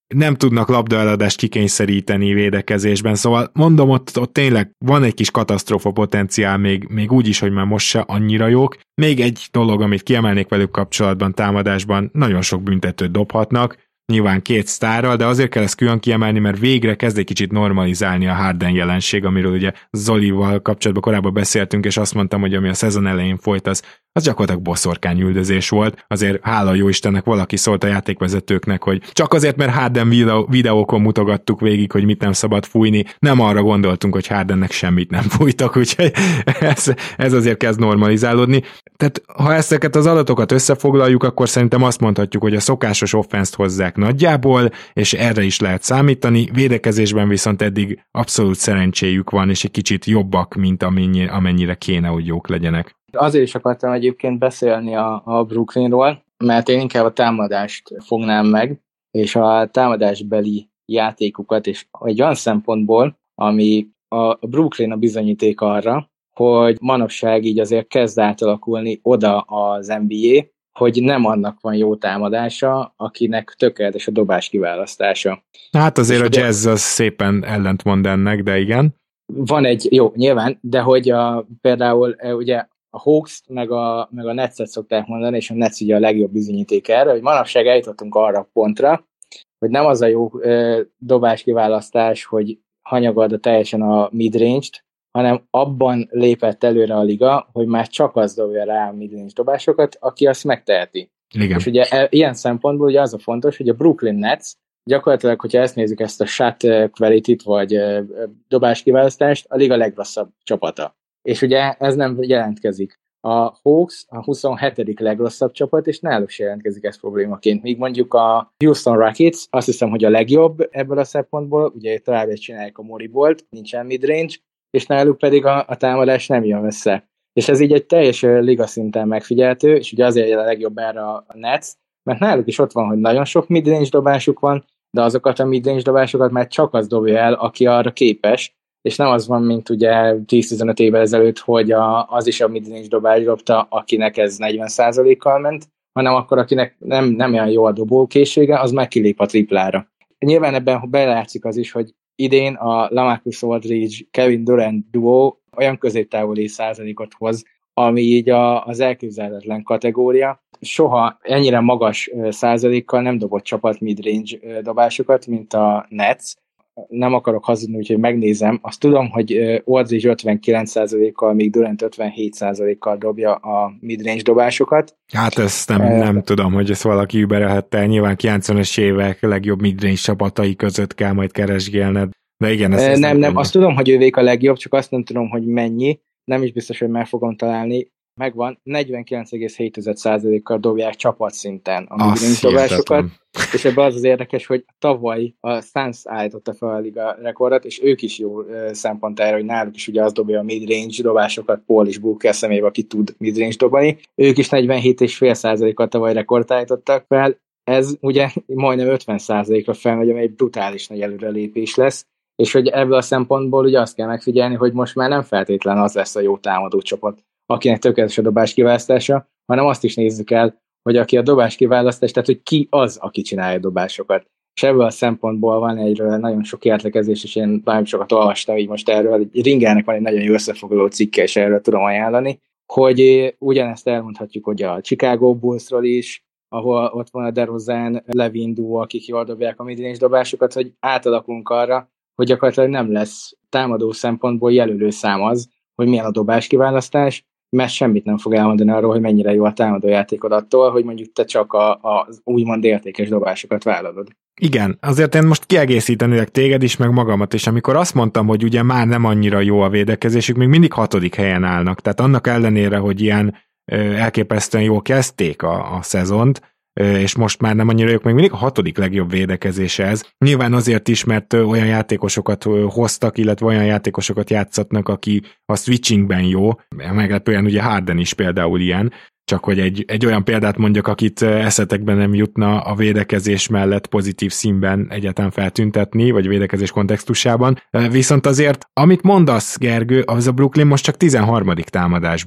B: nem tudnak labdaeladást kikényszeríteni védekezésben, szóval mondom, ott, ott tényleg van egy kis katasztrófa potenciál, még, még úgy is, hogy már most se annyira jók. Még egy dolog, amit kiemelnék velük kapcsolatban, támadásban, nagyon sok büntetőt dobhatnak, nyilván két sztárral, de azért kell ezt külön kiemelni, mert végre kezd egy kicsit normalizálni a Harden jelenség, amiről ugye Zolival kapcsolatban korábban beszéltünk, és azt mondtam, hogy ami a szezon elején folyt, az, az gyakorlatilag boszorkányüldözés volt. Azért hála jó Istennek valaki szólt a játékvezetőknek, hogy csak azért, mert Harden videó, videókon mutogattuk végig, hogy mit nem szabad fújni, nem arra gondoltunk, hogy Hardennek semmit nem fújtak, úgyhogy ez, ez azért kezd normalizálódni. Tehát ha ezeket az adatokat összefoglaljuk, akkor szerintem azt mondhatjuk, hogy a szokásos offenszt hozzák nagyjából, és erre is lehet számítani, védekezésben viszont eddig abszolút szerencséjük van, és egy kicsit jobbak, mint amennyire, amennyire kéne, hogy jók legyenek.
C: Azért is akartam egyébként beszélni a, a Brooklynról, mert én inkább a támadást fognám meg, és a támadásbeli játékukat, és egy olyan szempontból, ami a Brooklyn a bizonyíték arra, hogy manapság így azért kezd átalakulni oda az en bé á, hogy nem annak van jó támadása, akinek tökéletes a dobás kiválasztása.
B: Hát azért és a Jazz az szépen ellentmond ennek, de igen.
C: Van egy, jó, nyilván, de hogy a, például ugye a Hawks meg a, meg a Netset szokták mondani, és a Nets ugye a legjobb bizonyíték erre, hogy manapság eljutottunk arra a pontra, hogy nem az a jó ö, dobás kiválasztás, hogy hanyagolda teljesen a midrange-t, hanem abban lépett előre a liga, hogy már csak az dobja rá a midrange dobásokat, aki azt megteheti.
B: Igen.
C: És ugye e, ilyen szempontból ugye az a fontos, hogy a Brooklyn Nets gyakorlatilag, hogyha ezt nézzük, ezt a shot quality-t, vagy e, dobáskiválasztást, a liga legrosszabb csapata. És ugye ez nem jelentkezik. A Hawks a huszonhetedik legrosszabb csapat, és náluk se jelentkezik ez problémaként. Míg mondjuk a Houston Rockets azt hiszem, hogy a legjobb ebből a szempontból, ugye továbbra csinálják a Moribolt, nincsen midrange, és náluk pedig a, a támadás nem jön össze. És ez így egy teljes liga szinten megfigyelhető, és ugye azért a legjobb erre a Nets, mert náluk is ott van, hogy nagyon sok midrange dobásuk van, de azokat a midrange dobásokat már csak az dobja el, aki arra képes, és nem az van, mint ugye tíz-tizenöt évvel ezelőtt, hogy a, az is a midrange dobás dobta, akinek ez negyven százalékkal ment, hanem akkor, akinek nem, nem olyan jó a dobókészsége, az már kilép a triplára. Nyilván ebben belejátszik az is, hogy idén a LaMarcus Aldridge, Kevin Durant duo olyan középtávoli százalékot hoz, ami így a, az elképzelhetetlen kategória. Soha ennyire magas százalékkal nem dobott csapat midrange dobásokat, mint a Nets. Nem akarok hazudni, úgyhogy megnézem. Azt tudom, hogy Aldridge ötvenkilenc százalékkal, míg Durant ötvenhét százalékkal dobja a midrange dobásokat.
B: Hát ezt nem, uh, nem tudom, hogy ezt valaki überelhette. Nyilván kilencvenes évek legjobb midrange csapatai között kell majd keresgélned. De igen, ezt, ezt
C: nem,
B: nem,
C: nem, azt tudom, hogy ővék a legjobb, csak azt nem tudom, hogy mennyi. Nem is biztos, hogy meg fogom találni. Megvan, negyvenkilenc egész hét százalékkal dobják csapatszinten a midrange dobásokat. És ebben az az érdekes, hogy tavaly a Suns állította fel a liga rekordot, és ők is jó szempont erre, hogy náluk is ugye az dobja a midrange dobásokat, Paul és Booker személyében, aki tud midrange dobani. Ők is negyvenhét egész öt százalékkal tavaly rekord állítottak fel. Ez ugye majdnem ötven százalékra felmegy, ami egy brutális nagy előrelépés lesz. És hogy ebből a szempontból ugye azt kell megfigyelni, hogy most már nem feltétlen az lesz a jó támadó csapat, akinek tökéletes a dobás kiválasztása, hanem azt is nézzük el, hogy aki a dobás kiválasztás, tehát hogy ki az, aki csinálja a dobásokat. És ebből a szempontból van egyről nagyon sok értekezés, és én nagyon sokat olvastam így most erről, Ringernek van egy nagyon jó összefoglaló cikke, és erről tudom ajánlani, hogy ugyanezt elmondhatjuk, hogy a Chicago Bullsról is, ahol ott van a DeRozan, Levin duo, akik jól dobják a midrange dobásokat, hogy átalakulunk arra, hogy gyakorlatilag nem lesz támadó szempontból jelölő szám az, hogy milyen a dobás kiválasztás, mert semmit nem fog elmondani arról, hogy mennyire jó a támadójátékod attól, hogy mondjuk te csak a, a úgymond értékes dobásokat vállalod.
B: Igen, azért én most kiegészítenélek téged is, meg magamat is, amikor azt mondtam, hogy ugye már nem annyira jó a védekezésük, még mindig hatodik helyen állnak, tehát annak ellenére, hogy ilyen ö, elképesztően jól kezdték a, a szezont, és most már nem annyira jók, még mindig a hatodik legjobb védekezése ez. Nyilván azért is, mert olyan játékosokat hoztak, illetve olyan játékosokat játszatnak, aki a switchingben jó, meglepően ugye Harden is például ilyen, csak hogy egy, egy olyan példát mondjak, akit eszetekben nem jutna a védekezés mellett pozitív színben egyáltalán feltüntetni, vagy védekezés kontextusában. Viszont azért, amit mondasz, Gergő, az a Brooklyn most csak tizenharmadik támadásban.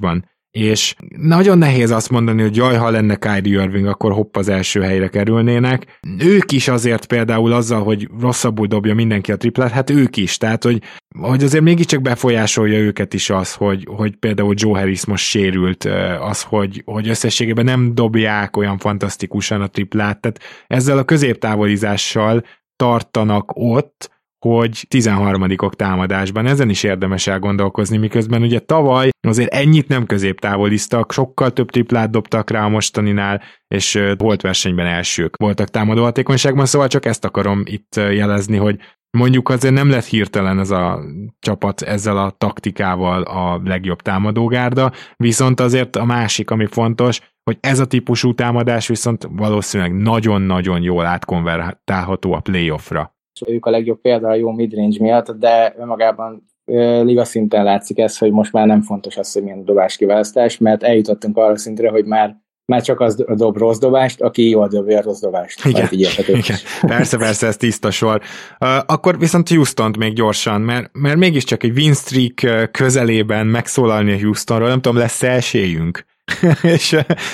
B: és nagyon nehéz azt mondani, hogy jaj, ha lenne Kyrie Irving, akkor hopp az első helyre kerülnének. Ők is azért például azzal, hogy rosszabbul dobja mindenki a triplát, hát ők is, tehát hogy, hogy azért mégiscsak befolyásolja őket is az, hogy, hogy például Joe Harris most sérült, az, hogy, hogy összességében nem dobják olyan fantasztikusan a triplát, tehát ezzel a középtávolizással tartanak ott, hogy tizenharmadikok támadásban. Ezen is érdemes elgondolkozni, miközben ugye tavaly azért ennyit nem középtávoliztak, sokkal több triplát dobtak rá a mostaninál, és volt versenyben elsők voltak támadó hatékonyságban, szóval csak ezt akarom itt jelezni, hogy mondjuk azért nem lett hirtelen ez a csapat ezzel a taktikával a legjobb támadógárda, viszont azért a másik, ami fontos, hogy ez a típusú támadás viszont valószínűleg nagyon-nagyon jól átkonvertálható a playoffra.
C: Ők a legjobb példa a jó midrange miatt, de önmagában e, liga szinten látszik ez, hogy most már nem fontos az, hogy milyen dobáskiválasztás, mert eljutottunk arra szintre, hogy már, már csak az dob rossz dobást, aki jól dobja a rossz dobást.
B: Igen, igen. Persze, persze, ez tiszta sor. Uh, akkor viszont Houstont még gyorsan, mert, mert mégiscsak egy win streak közelében megszólalni a Houstonról, nem tudom, lesz esélyünk. és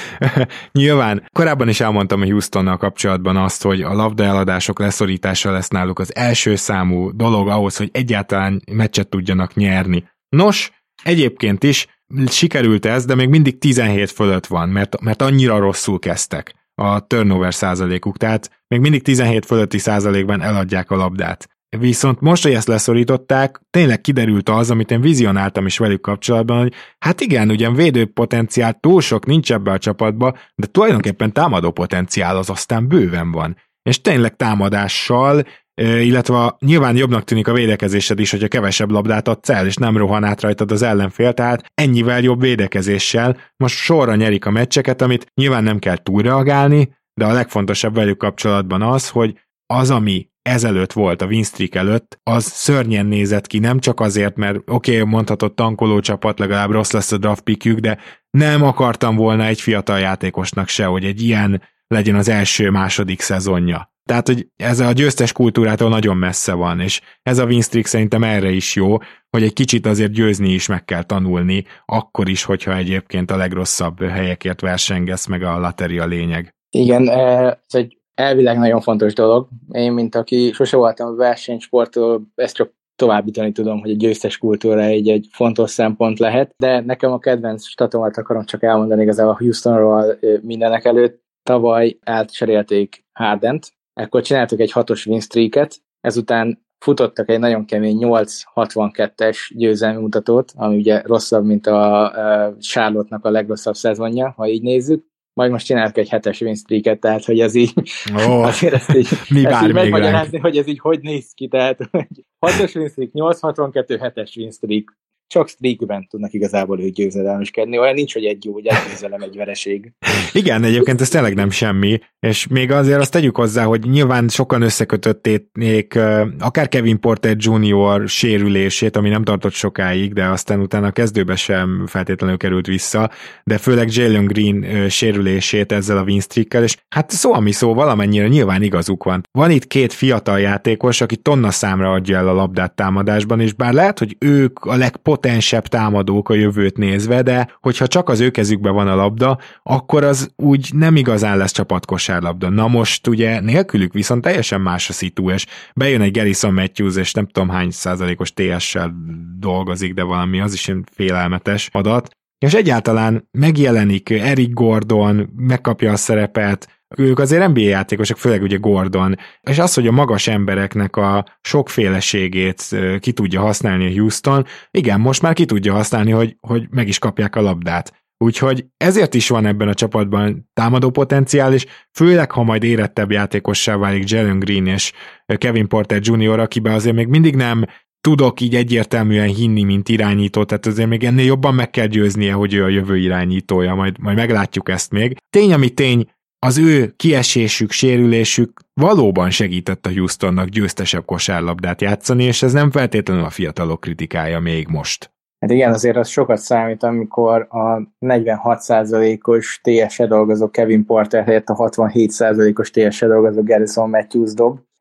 B: nyilván korábban is elmondtam a Houstonnal kapcsolatban azt, hogy a labda eladások leszorítása lesz náluk az első számú dolog ahhoz, hogy egyáltalán meccset tudjanak nyerni. Nos, egyébként is sikerült ez, de még mindig tizenhét fölött van, mert, mert annyira rosszul kezdtek a turnover százalékuk, tehát még mindig tizenhét fölötti százalékban eladják a labdát. Viszont most, hogy ezt leszorították, tényleg kiderült az, amit én vizionáltam is velük kapcsolatban, hogy hát igen, ugyan védőpotenciál túl sok nincs ebbe a csapatba, de tulajdonképpen támadó potenciál az aztán bőven van. És tényleg támadással, illetve nyilván jobbnak tűnik a védekezésed is, hogyha kevesebb labdát adsz el, és nem rohan át rajtad az ellenfél, tehát ennyivel jobb védekezéssel most sorra nyerik a meccseket, amit nyilván nem kell túlreagálni, de a legfontosabb velük kapcsolatban az, hogy az, ami ezelőtt volt, a win streak előtt, az szörnyen nézett ki, nem csak azért, mert oké, okay, mondhatott tankoló csapat, legalább rossz lesz a draft pickjük, de nem akartam volna egy fiatal játékosnak se, hogy egy ilyen legyen az első-második szezonja. Tehát, hogy ez a győztes kultúrától nagyon messze van, és ez a win streak szerintem erre is jó, hogy egy kicsit azért győzni is meg kell tanulni, akkor is, hogyha egyébként a legrosszabb helyekért versengesz, meg a lateri a lényeg.
C: Igen, ez egy elvileg nagyon fontos dolog. Én, mint aki sose voltam a versenysporttól, ezt csak továbbítani tudom, hogy a győztes kultúra egy, egy fontos szempont lehet, de nekem a kedvenc statomat akarom csak elmondani igazából a Houstonról mindenek előtt. Tavaly átcserélték Hardent, ekkor csináltuk egy hatos win streaket, ezután futottak egy nagyon kemény nyolc hatvankettes győzelmi mutatót, ami ugye rosszabb, mint a, a Charlotte-nak a legrosszabb szezonja, ha így nézzük. Majd most csináltuk egy hetes win streaket, tehát hogy ez így,
B: oh,
C: azért ezt így,
B: mi
C: ezt így megmagyarázni, hogy ez így hogy néz ki, tehát hatos win streak, nyolc hatvankettő, hetes win streak, csak streakben tudnak igazából ők győzedelmeskedni, olyan nincs, hogy egy jó, hogy egy győzelem, egy vereség.
B: Igen, egyébként ez tényleg nem semmi, és még azért azt tegyük hozzá, hogy nyilván sokan összekötötték akár Kevin Porter junior sérülését, ami nem tartott sokáig, de aztán utána a kezdőbe sem feltétlenül került vissza, de főleg Jalen Green sérülését ezzel a win streakkel, és hát szó ami szó, valamennyire nyilván igazuk van. Van itt két fiatal játékos, aki tonna számra adja el a labdát támadásban, és bár lehet, hogy ők a legpotensebb támadók a jövőt nézve, de hogyha csak az ő kezükben van a labda, akkor az úgy nem igazán lesz csapatkosárlabda. Na most ugye nélkülük viszont teljesen más a szitu, és bejön egy Garrison Matthews, és nem tudom hány százalékos té es-sel dolgozik, de valami az is egy félelmetes adat. És egyáltalán megjelenik Eric Gordon, megkapja a szerepet, ők azért en bé á játékosok, főleg ugye Gordon, és az, hogy a magas embereknek a sokféleségét ki tudja használni a Houston, igen, most már ki tudja használni, hogy, hogy meg is kapják a labdát. Úgyhogy ezért is van ebben a csapatban támadó potenciál, és főleg, ha majd érettebb játékossá válik Jalen Green és Kevin Porter junior, akiben azért még mindig nem tudok így egyértelműen hinni, mint irányító, tehát azért még ennél jobban meg kell győznie, hogy ő a jövő irányítója, majd, majd meglátjuk ezt még. Tény, ami tény, az ő kiesésük, sérülésük valóban segített a Houstonnak győztesebb kosárlabdát játszani, és ez nem feltétlenül a fiatalok kritikája még most.
C: Hát igen, azért az sokat számít, amikor a negyvenhat százalékos té es-e dolgozó Kevin Porter helyett a hatvanhét százalékos té es-e dolgozó Garrison Matthews dob,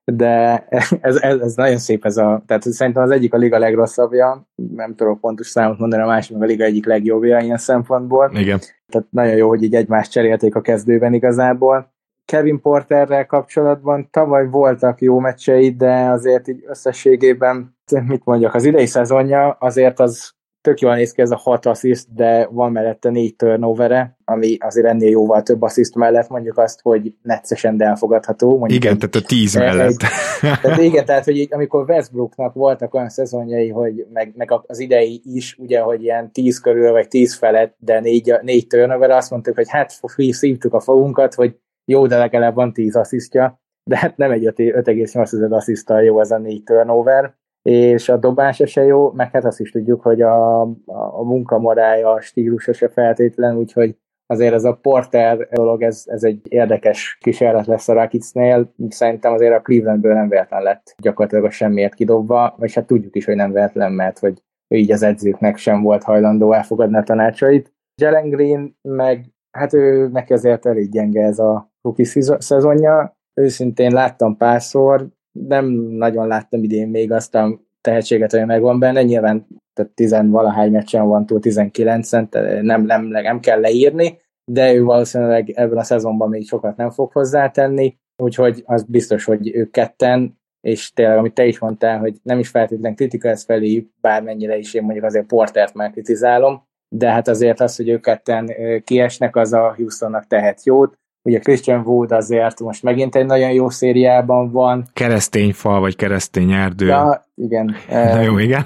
C: de ez, ez, ez nagyon szép ez a, tehát szerintem az egyik a liga legrosszabbja, nem tudok pontos számot mondani, a másik a liga egyik legjobbja ilyen szempontból.
B: Igen.
C: Tehát nagyon jó, hogy így egymást cserélték a kezdőben igazából. Kevin Porterrel kapcsolatban tavaly voltak jó meccsei, de azért így összességében, mit mondjak, az idei szezonja azért az tök jól néz ki ez a hat assziszt, de van mellette négy turnovere, ami azért ennél jóval több assziszt mellett mondjuk azt, hogy neccesen, de elfogadható. Mondjuk
B: igen, egy, tehát a tíz mellett. Egy,
C: tehát igen, tehát hogy így, amikor Westbrooknak voltak olyan szezonjai, hogy meg, meg az idei is, ugye, hogy ilyen tíz körül, vagy tíz felett, de négy, négy turnover, azt mondtuk, hogy hát szívtuk a fogunkat, hogy jó, de legalább van tíz asszisztja, de hát nem egy öt egész nyolc assziszttal jó ez a négy turnover, és a dobása se jó, meg hát azt is tudjuk, hogy a, a, a munkamorája, a stílusa se feltétlen, úgyhogy azért ez a Porter dolog, ez, ez egy érdekes kísérlet lesz a Rocketsnél. Szerintem azért a Clevelandből nem véletlen lett gyakorlatilag a semmiért kidobva, vagy hát tudjuk is, hogy nem véletlen, mert hogy így az edzőknek sem volt hajlandó elfogadni a tanácsait. Jalen Green meg, hát ő neki azért elég gyenge ez a rookie szezonja. Őszintén láttam párszor, nem nagyon láttam idén még azt a tehetséget, hogy megvan benne, nyilván tehát tizenvalahány meccsen van túl, tizenkilencen, nem, nem, nem kell leírni, de ő valószínűleg ebben a szezonban még sokat nem fog hozzátenni, úgyhogy az biztos, hogy ők ketten, és tényleg, amit te is mondtál, hogy nem is feltétlenül kritika ez felé, bármennyire is én mondjuk azért Portert már kritizálom, de hát azért az, hogy ők ketten kiesnek, az a Houstonnak tehet jót. Ugye Christian Wood azért most megint egy nagyon jó szériában van.
B: Keresztényfal, vagy keresztény erdő.
C: Ja, igen.
B: Na jó, igen.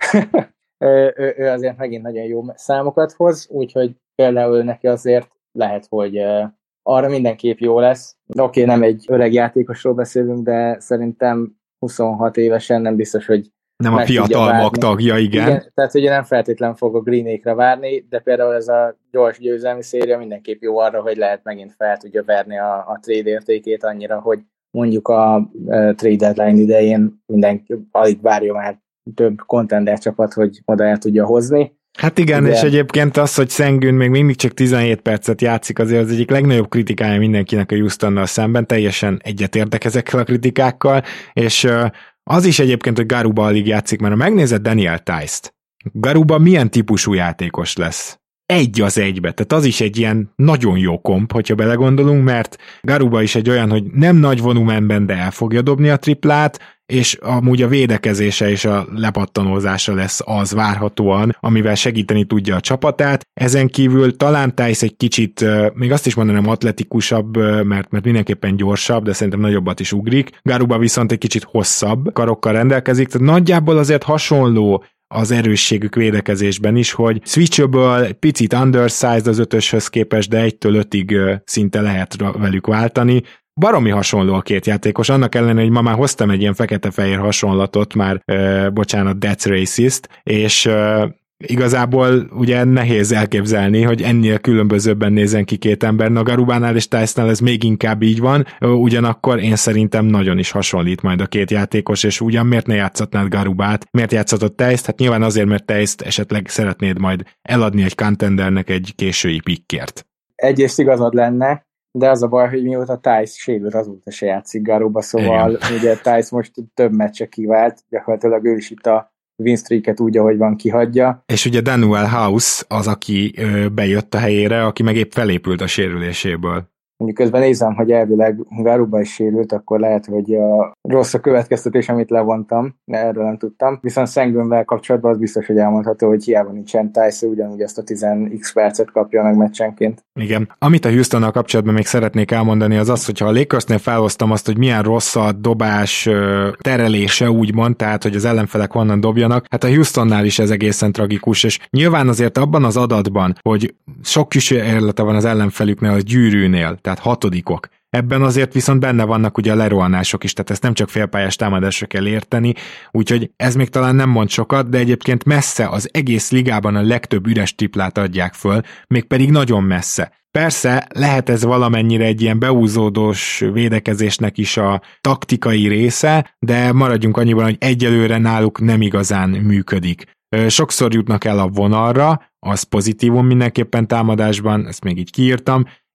C: ő, ő, ő azért megint nagyon jó számokat hoz, úgyhogy például neki azért lehet, hogy arra mindenképp jó lesz. Oké, okay, nem egy öreg játékosról beszélünk, de szerintem huszonhat évesen nem biztos, hogy
B: nem a fiatalmak tagja, igen. igen.
C: Tehát ugye nem feltétlen fog a Greenékre várni, de például ez a gyors győzelmi széria mindenképp jó arra, hogy lehet megint fel tudja verni a, a trade értékét annyira, hogy mondjuk a, a trade deadline idején mindenki alig várja már több contender csapat, hogy oda el tudja hozni.
B: Hát igen, de... és egyébként az, hogy Sengun még mindig csak tizenhét percet játszik, azért az egyik legnagyobb kritikája mindenkinek a Houstonnal szemben, teljesen egyetértek ezekkel a kritikákkal, és az is egyébként, hogy Garuba alig játszik, mert ha megnézed Daniel Tice-t, Garuba milyen típusú játékos lesz? Egy az egybe, tehát az is egy ilyen nagyon jó komp, hogyha belegondolunk, mert Garuba is egy olyan, hogy nem nagy volumenben, de el fogja dobni a triplát, és amúgy a védekezése és a lepattanózása lesz az várhatóan, amivel segíteni tudja a csapatát. Ezen kívül talán Tice egy kicsit, még azt is mondanám atletikusabb, mert, mert mindenképpen gyorsabb, de szerintem nagyobbat is ugrik. Garuba viszont egy kicsit hosszabb karokkal rendelkezik, tehát nagyjából azért hasonló az erősségük védekezésben is, hogy switchable, egy picit undersized az ötöshöz képest, de egytől ötig szinte lehet velük váltani. Baromi hasonló a két játékos, annak ellenére, hogy ma már hoztam egy ilyen fekete-fehér hasonlatot, már, uh, bocsánat, that's racist, és uh, igazából ugye nehéz elképzelni, hogy ennél különbözőbben nézzen ki két ember. Na, Garubánál és Tice-nál ez még inkább így van, ugyanakkor én szerintem nagyon is hasonlít majd a két játékos, és ugyan miért ne játszatnád Garubát, miért játszatott Tice-t? Hát nyilván azért, mert Tice-t esetleg szeretnéd majd eladni egy contendernek egy késői pickért.
C: Egyrészt igazad lenne, de az a baj, hogy mióta Tice sérült, azóta se játszik Garuba, szóval igen. Ugye Tice most több meccse kivált, gyakorlatilag ő is itt a win streaket úgy, ahogy van, kihagyja.
B: És ugye Danuel House az, aki ö, bejött a helyére, aki meg épp felépült a sérüléséből.
C: Mondjuk közben nézem, hogy elvileg Garuba is sérült, akkor lehet, hogy a rossz a következtetés, amit levontam, de erről nem tudtam. Viszont Sengunvel kapcsolatban az biztos, hogy elmondható, hogy hiába nincsen Tice, ugyanúgy ezt a tíz x percet kapja meg meccsenként.
B: Igen. Amit a Houstonnal kapcsolatban még szeretnék elmondani, az az, hogyha a Lakersnél felhoztam azt, hogy milyen rossz a dobás terelése, úgymond, tehát, hogy az ellenfelek honnan dobjanak, hát a Houstonnál is ez egészen tragikus, és nyilván azért abban az adatban, hogy sok kísérlete van az ellenfelüknél, az gyűrűnél, tehát hatodikok. Ebben azért viszont benne vannak ugye a lerohanások is, tehát ezt nem csak félpályás támadásra kell érteni, úgyhogy ez még talán nem mond sokat, de egyébként messze az egész ligában a legtöbb üres triplát adják föl, mégpedig nagyon messze. Persze lehet ez valamennyire egy ilyen beúzódós védekezésnek is a taktikai része, de maradjunk annyiban, hogy egyelőre náluk nem igazán működik. Sokszor jutnak el a vonalra, az pozitívum mindenképpen támadásban, ezt még így kiírtam,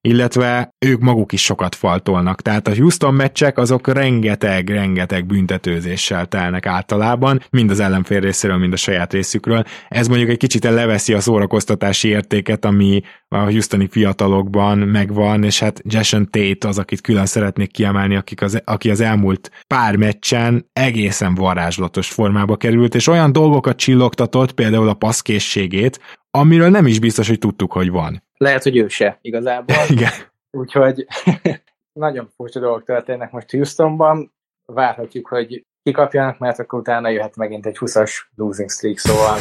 B: illetve ők maguk is sokat faltolnak. Tehát a Houston meccsek azok rengeteg-rengeteg büntetőzéssel telnek általában, mind az ellenfél részéről, mind a saját részükről. Ez mondjuk egy kicsit leveszi a szórakoztatási értéket, ami a houstoni fiatalokban megvan, és hát Jason Tate az, akit külön szeretnék kiemelni, akik az, aki az elmúlt pár meccsen egészen varázslatos formába került, és olyan dolgokat csillogtatott, például a passzkészségét, amiről nem is biztos, hogy tudtuk, hogy van.
C: Lehet, hogy ő se igazából.
B: Igen.
C: Úgyhogy nagyon furcsa dolgok történnek most Houstonban. Várhatjuk, hogy kikapjanak, mert akkor utána jöhet megint egy húszas losing streak, szóval...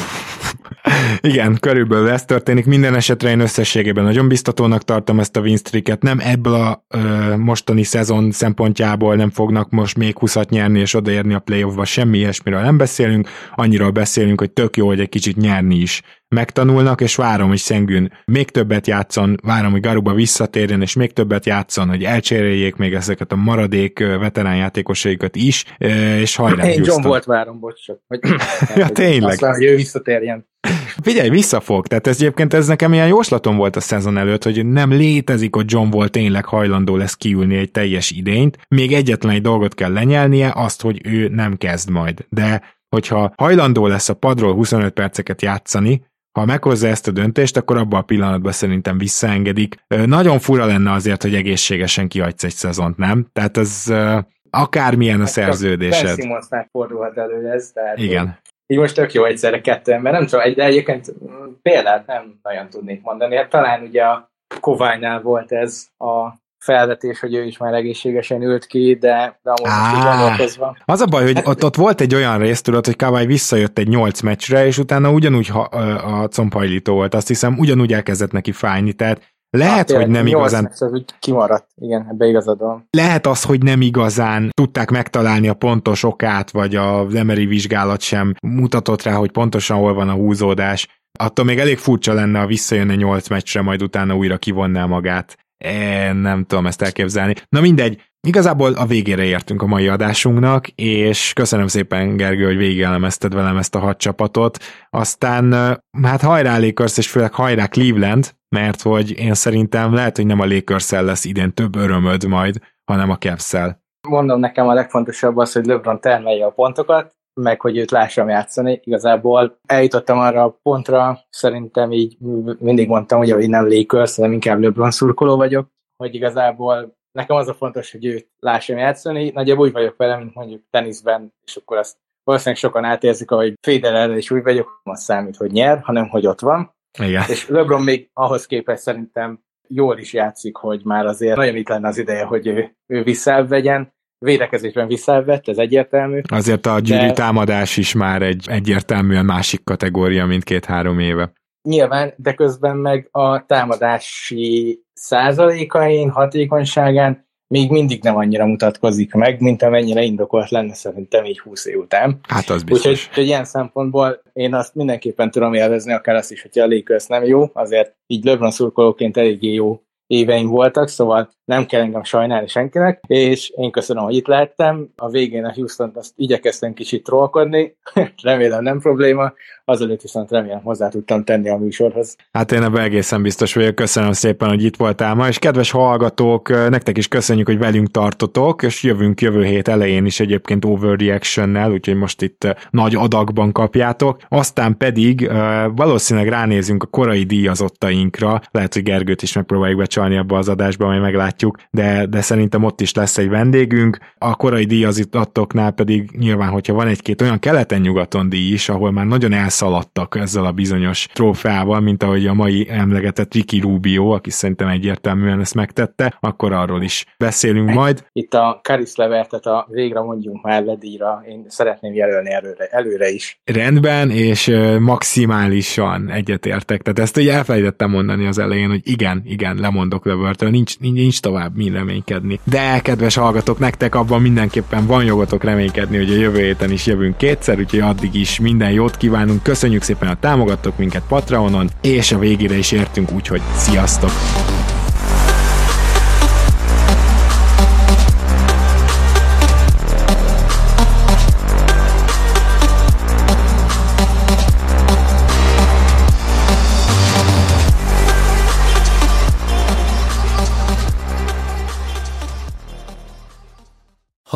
B: Igen, körülbelül ez történik. Minden esetre én összességében nagyon biztatónak tartom ezt a win streaket. Nem ebből a ö, mostani szezon szempontjából nem fognak most még húszat nyerni és odaérni a playoffba, semmi ilyesmiről nem beszélünk. Annyiról beszélünk, hogy tök jó, hogy egy kicsit nyerni is megtanulnak, és várom, hogy Sengun még többet játszon, várom, hogy Garuba visszatérjen, és még többet játszon, hogy elcseréljék még ezeket a maradék veterán játékosaikat is, és hajrá,
C: Én John volt várom, bocs, csak, hogy,
B: ja, tényleg.
C: Aztán, hogy ő visszatérjen.
B: Figyelj, visszafog, tehát ez egyébként ez nekem ilyen jóslatom volt a szezon előtt, hogy nem létezik, hogy John Wall tényleg hajlandó lesz kiülni egy teljes idényt, még egyetlen egy dolgot kell lenyelnie, azt, hogy ő nem kezd majd, de hogyha hajlandó lesz a padról huszonöt perceket játszani, ha meghozza ezt a döntést, akkor abban a pillanatban szerintem visszaengedik. Nagyon fura lenne azért, hogy egészségesen kihagysz egy szezont, nem? Tehát ez akármilyen a szerződésed.
C: Ben Simmonsnál fordulhat elő ez, tehát
B: igen.
C: Így most tök jó egyszerre kettő ember, nem tudom, de egyébként példát nem nagyon tudnék mondani. Hát talán ugye a Kawhinál volt ez a felvetés, hogy ő is már egészségesen ült ki, de, de amúgy most így gondolkozva.
B: Az a baj, hogy ott, ott volt egy olyan rész, tudod, hogy Kawhi visszajött egy nyolc meccsre, és utána ugyanúgy ha, a combhajlító volt, azt hiszem, ugyanúgy elkezdett neki fájni, tehát lehet, hát, hogy nem igazán...
C: nyolc meccs, úgy kimaradt, igen, ebbe igazad van.
B: Lehet az, hogy nem igazán tudták megtalálni a pontos okát, vagy az Emery vizsgálat sem mutatott rá, hogy pontosan hol van a húzódás. Attól még elég furcsa lenne, ha visszajönne nyolc meccsre, majd utána újra kivonná magát. Én nem tudom ezt elképzelni. Na mindegy, igazából a végére értünk a mai adásunknak, és köszönöm szépen, Gergő, hogy végigelemezted velem ezt a hat csapatot. Aztán hát hajrá Lakers, és főleg hajrá Cleveland, mert hogy én szerintem lehet, hogy nem a Lakers-szel lesz idén több örömöd majd, hanem a Cavs-szel.
C: Mondom, nekem a legfontosabb az, hogy LeBron termelje a pontokat, meg hogy őt lássam játszani. Igazából eljutottam arra a pontra, szerintem így mindig mondtam, hogy én nem Lakers, hanem inkább LeBron szurkoló vagyok, hogy igazából nekem az a fontos, hogy őt lássam játszani. Nagyjából úgy vagyok vele, mint mondjuk teniszben, és akkor azt valószínűleg sokan átérzik, ahogy Federerrel is úgy vagyok, nem az számít, hogy nyer, hanem hogy ott van.
B: Igen.
C: És LeBron még ahhoz képest szerintem jól is játszik, hogy már azért nagyon itt lenne az ideje, hogy ő, ő visszavegyen. Védekezésben visszavett, ez egyértelmű.
B: Azért a gyűrű de... támadás is már egy egyértelműen másik kategória, mint két-három éve.
C: Nyilván, de közben meg a támadási százalékain, hatékonyságán még mindig nem annyira mutatkozik meg, mint amennyire indokolt lenne szerintem így húsz év után.
B: Hát az biztos.
C: Úgyhogy hogy ilyen szempontból én azt mindenképpen tudom élvezni, akár azt is, hogyha a Lakers nem jó, azért így LeBron szurkolóként eléggé jó éveim voltak, szóval nem kell engem sajnálni senkinek, és én köszönöm, hogy itt lehettem. A végén a Houston-t azt igyekeztem kicsit trollkodni, remélem nem probléma, azelőtt viszont remélem hozzá tudtam tenni a műsorhoz.
B: Hát én ebben egészen biztos vagyok, köszönöm szépen, hogy itt voltál ma, és kedves hallgatók, nektek is köszönjük, hogy velünk tartotok, és jövünk jövő hét elején is egyébként overreaction-nel, úgyhogy most itt nagy adagban kapjátok, aztán pedig valószínűleg ránézünk a korai díjazottainkra, lehet, hogy Gergőt is megpróbáljuk becsalni abba az adásba, majd meglátjuk, de, de szerintem ott is lesz egy vendégünk. A korai díjazatoknál pedig nyilván, hogyha van egy-két olyan keleten-nyugaton díj is, ahol már nagyon elszaladtak ezzel a bizonyos trófeával, mint ahogy a mai emlegetett Ricky Rubio, aki szerintem egyértelműen ezt megtette, akkor arról is beszélünk majd.
C: Itt a Caris Levertet a végre mondjunk már le díjra, én szeretném jelölni előre, előre is.
B: Rendben, és maximálisan egyetértek. Tehát ezt ugye elfelejtettem mondani az elején, hogy igen, igen, lemondok Levertől, nincs, nincs tovább mi reménykedni. De kedves hallgatók, nektek abban mindenképpen van jogotok reménykedni, hogy a jövő héten is jövünk kétszer, úgyhogy addig is minden jót kívánunk. Köszönjük szépen, hogy támogattok minket Patreonon, és a végére is értünk, úgyhogy sziasztok!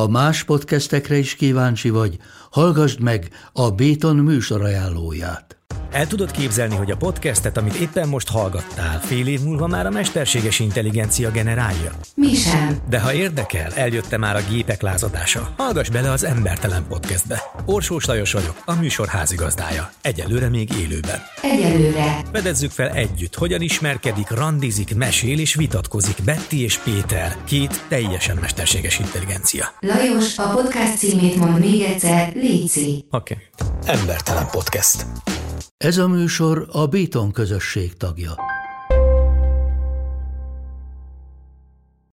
D: más podcastekre is kíváncsi vagy, hallgassd meg a Béton műsor ajánlóját.
E: El tudod képzelni, hogy a podcastet, amit éppen most hallgattál, fél év múlva már a mesterséges intelligencia generálja?
F: Mi sem.
E: De ha érdekel, eljött már a gépek lázadása. Hallgass bele az Embertelen Podcastbe. Orsós Lajos vagyok, a műsor házigazdája. Egyelőre még élőben.
F: Egyelőre.
E: Fedezzük fel együtt, hogyan ismerkedik, randizik, mesél és vitatkozik Betty és Péter, két teljesen mesterséges intelligencia.
F: Lajos, a podcast címét mond még egyszer, léci.
E: Oké. Okay. Embertelen Podcast.
D: Ez a műsor a Béton közösség tagja.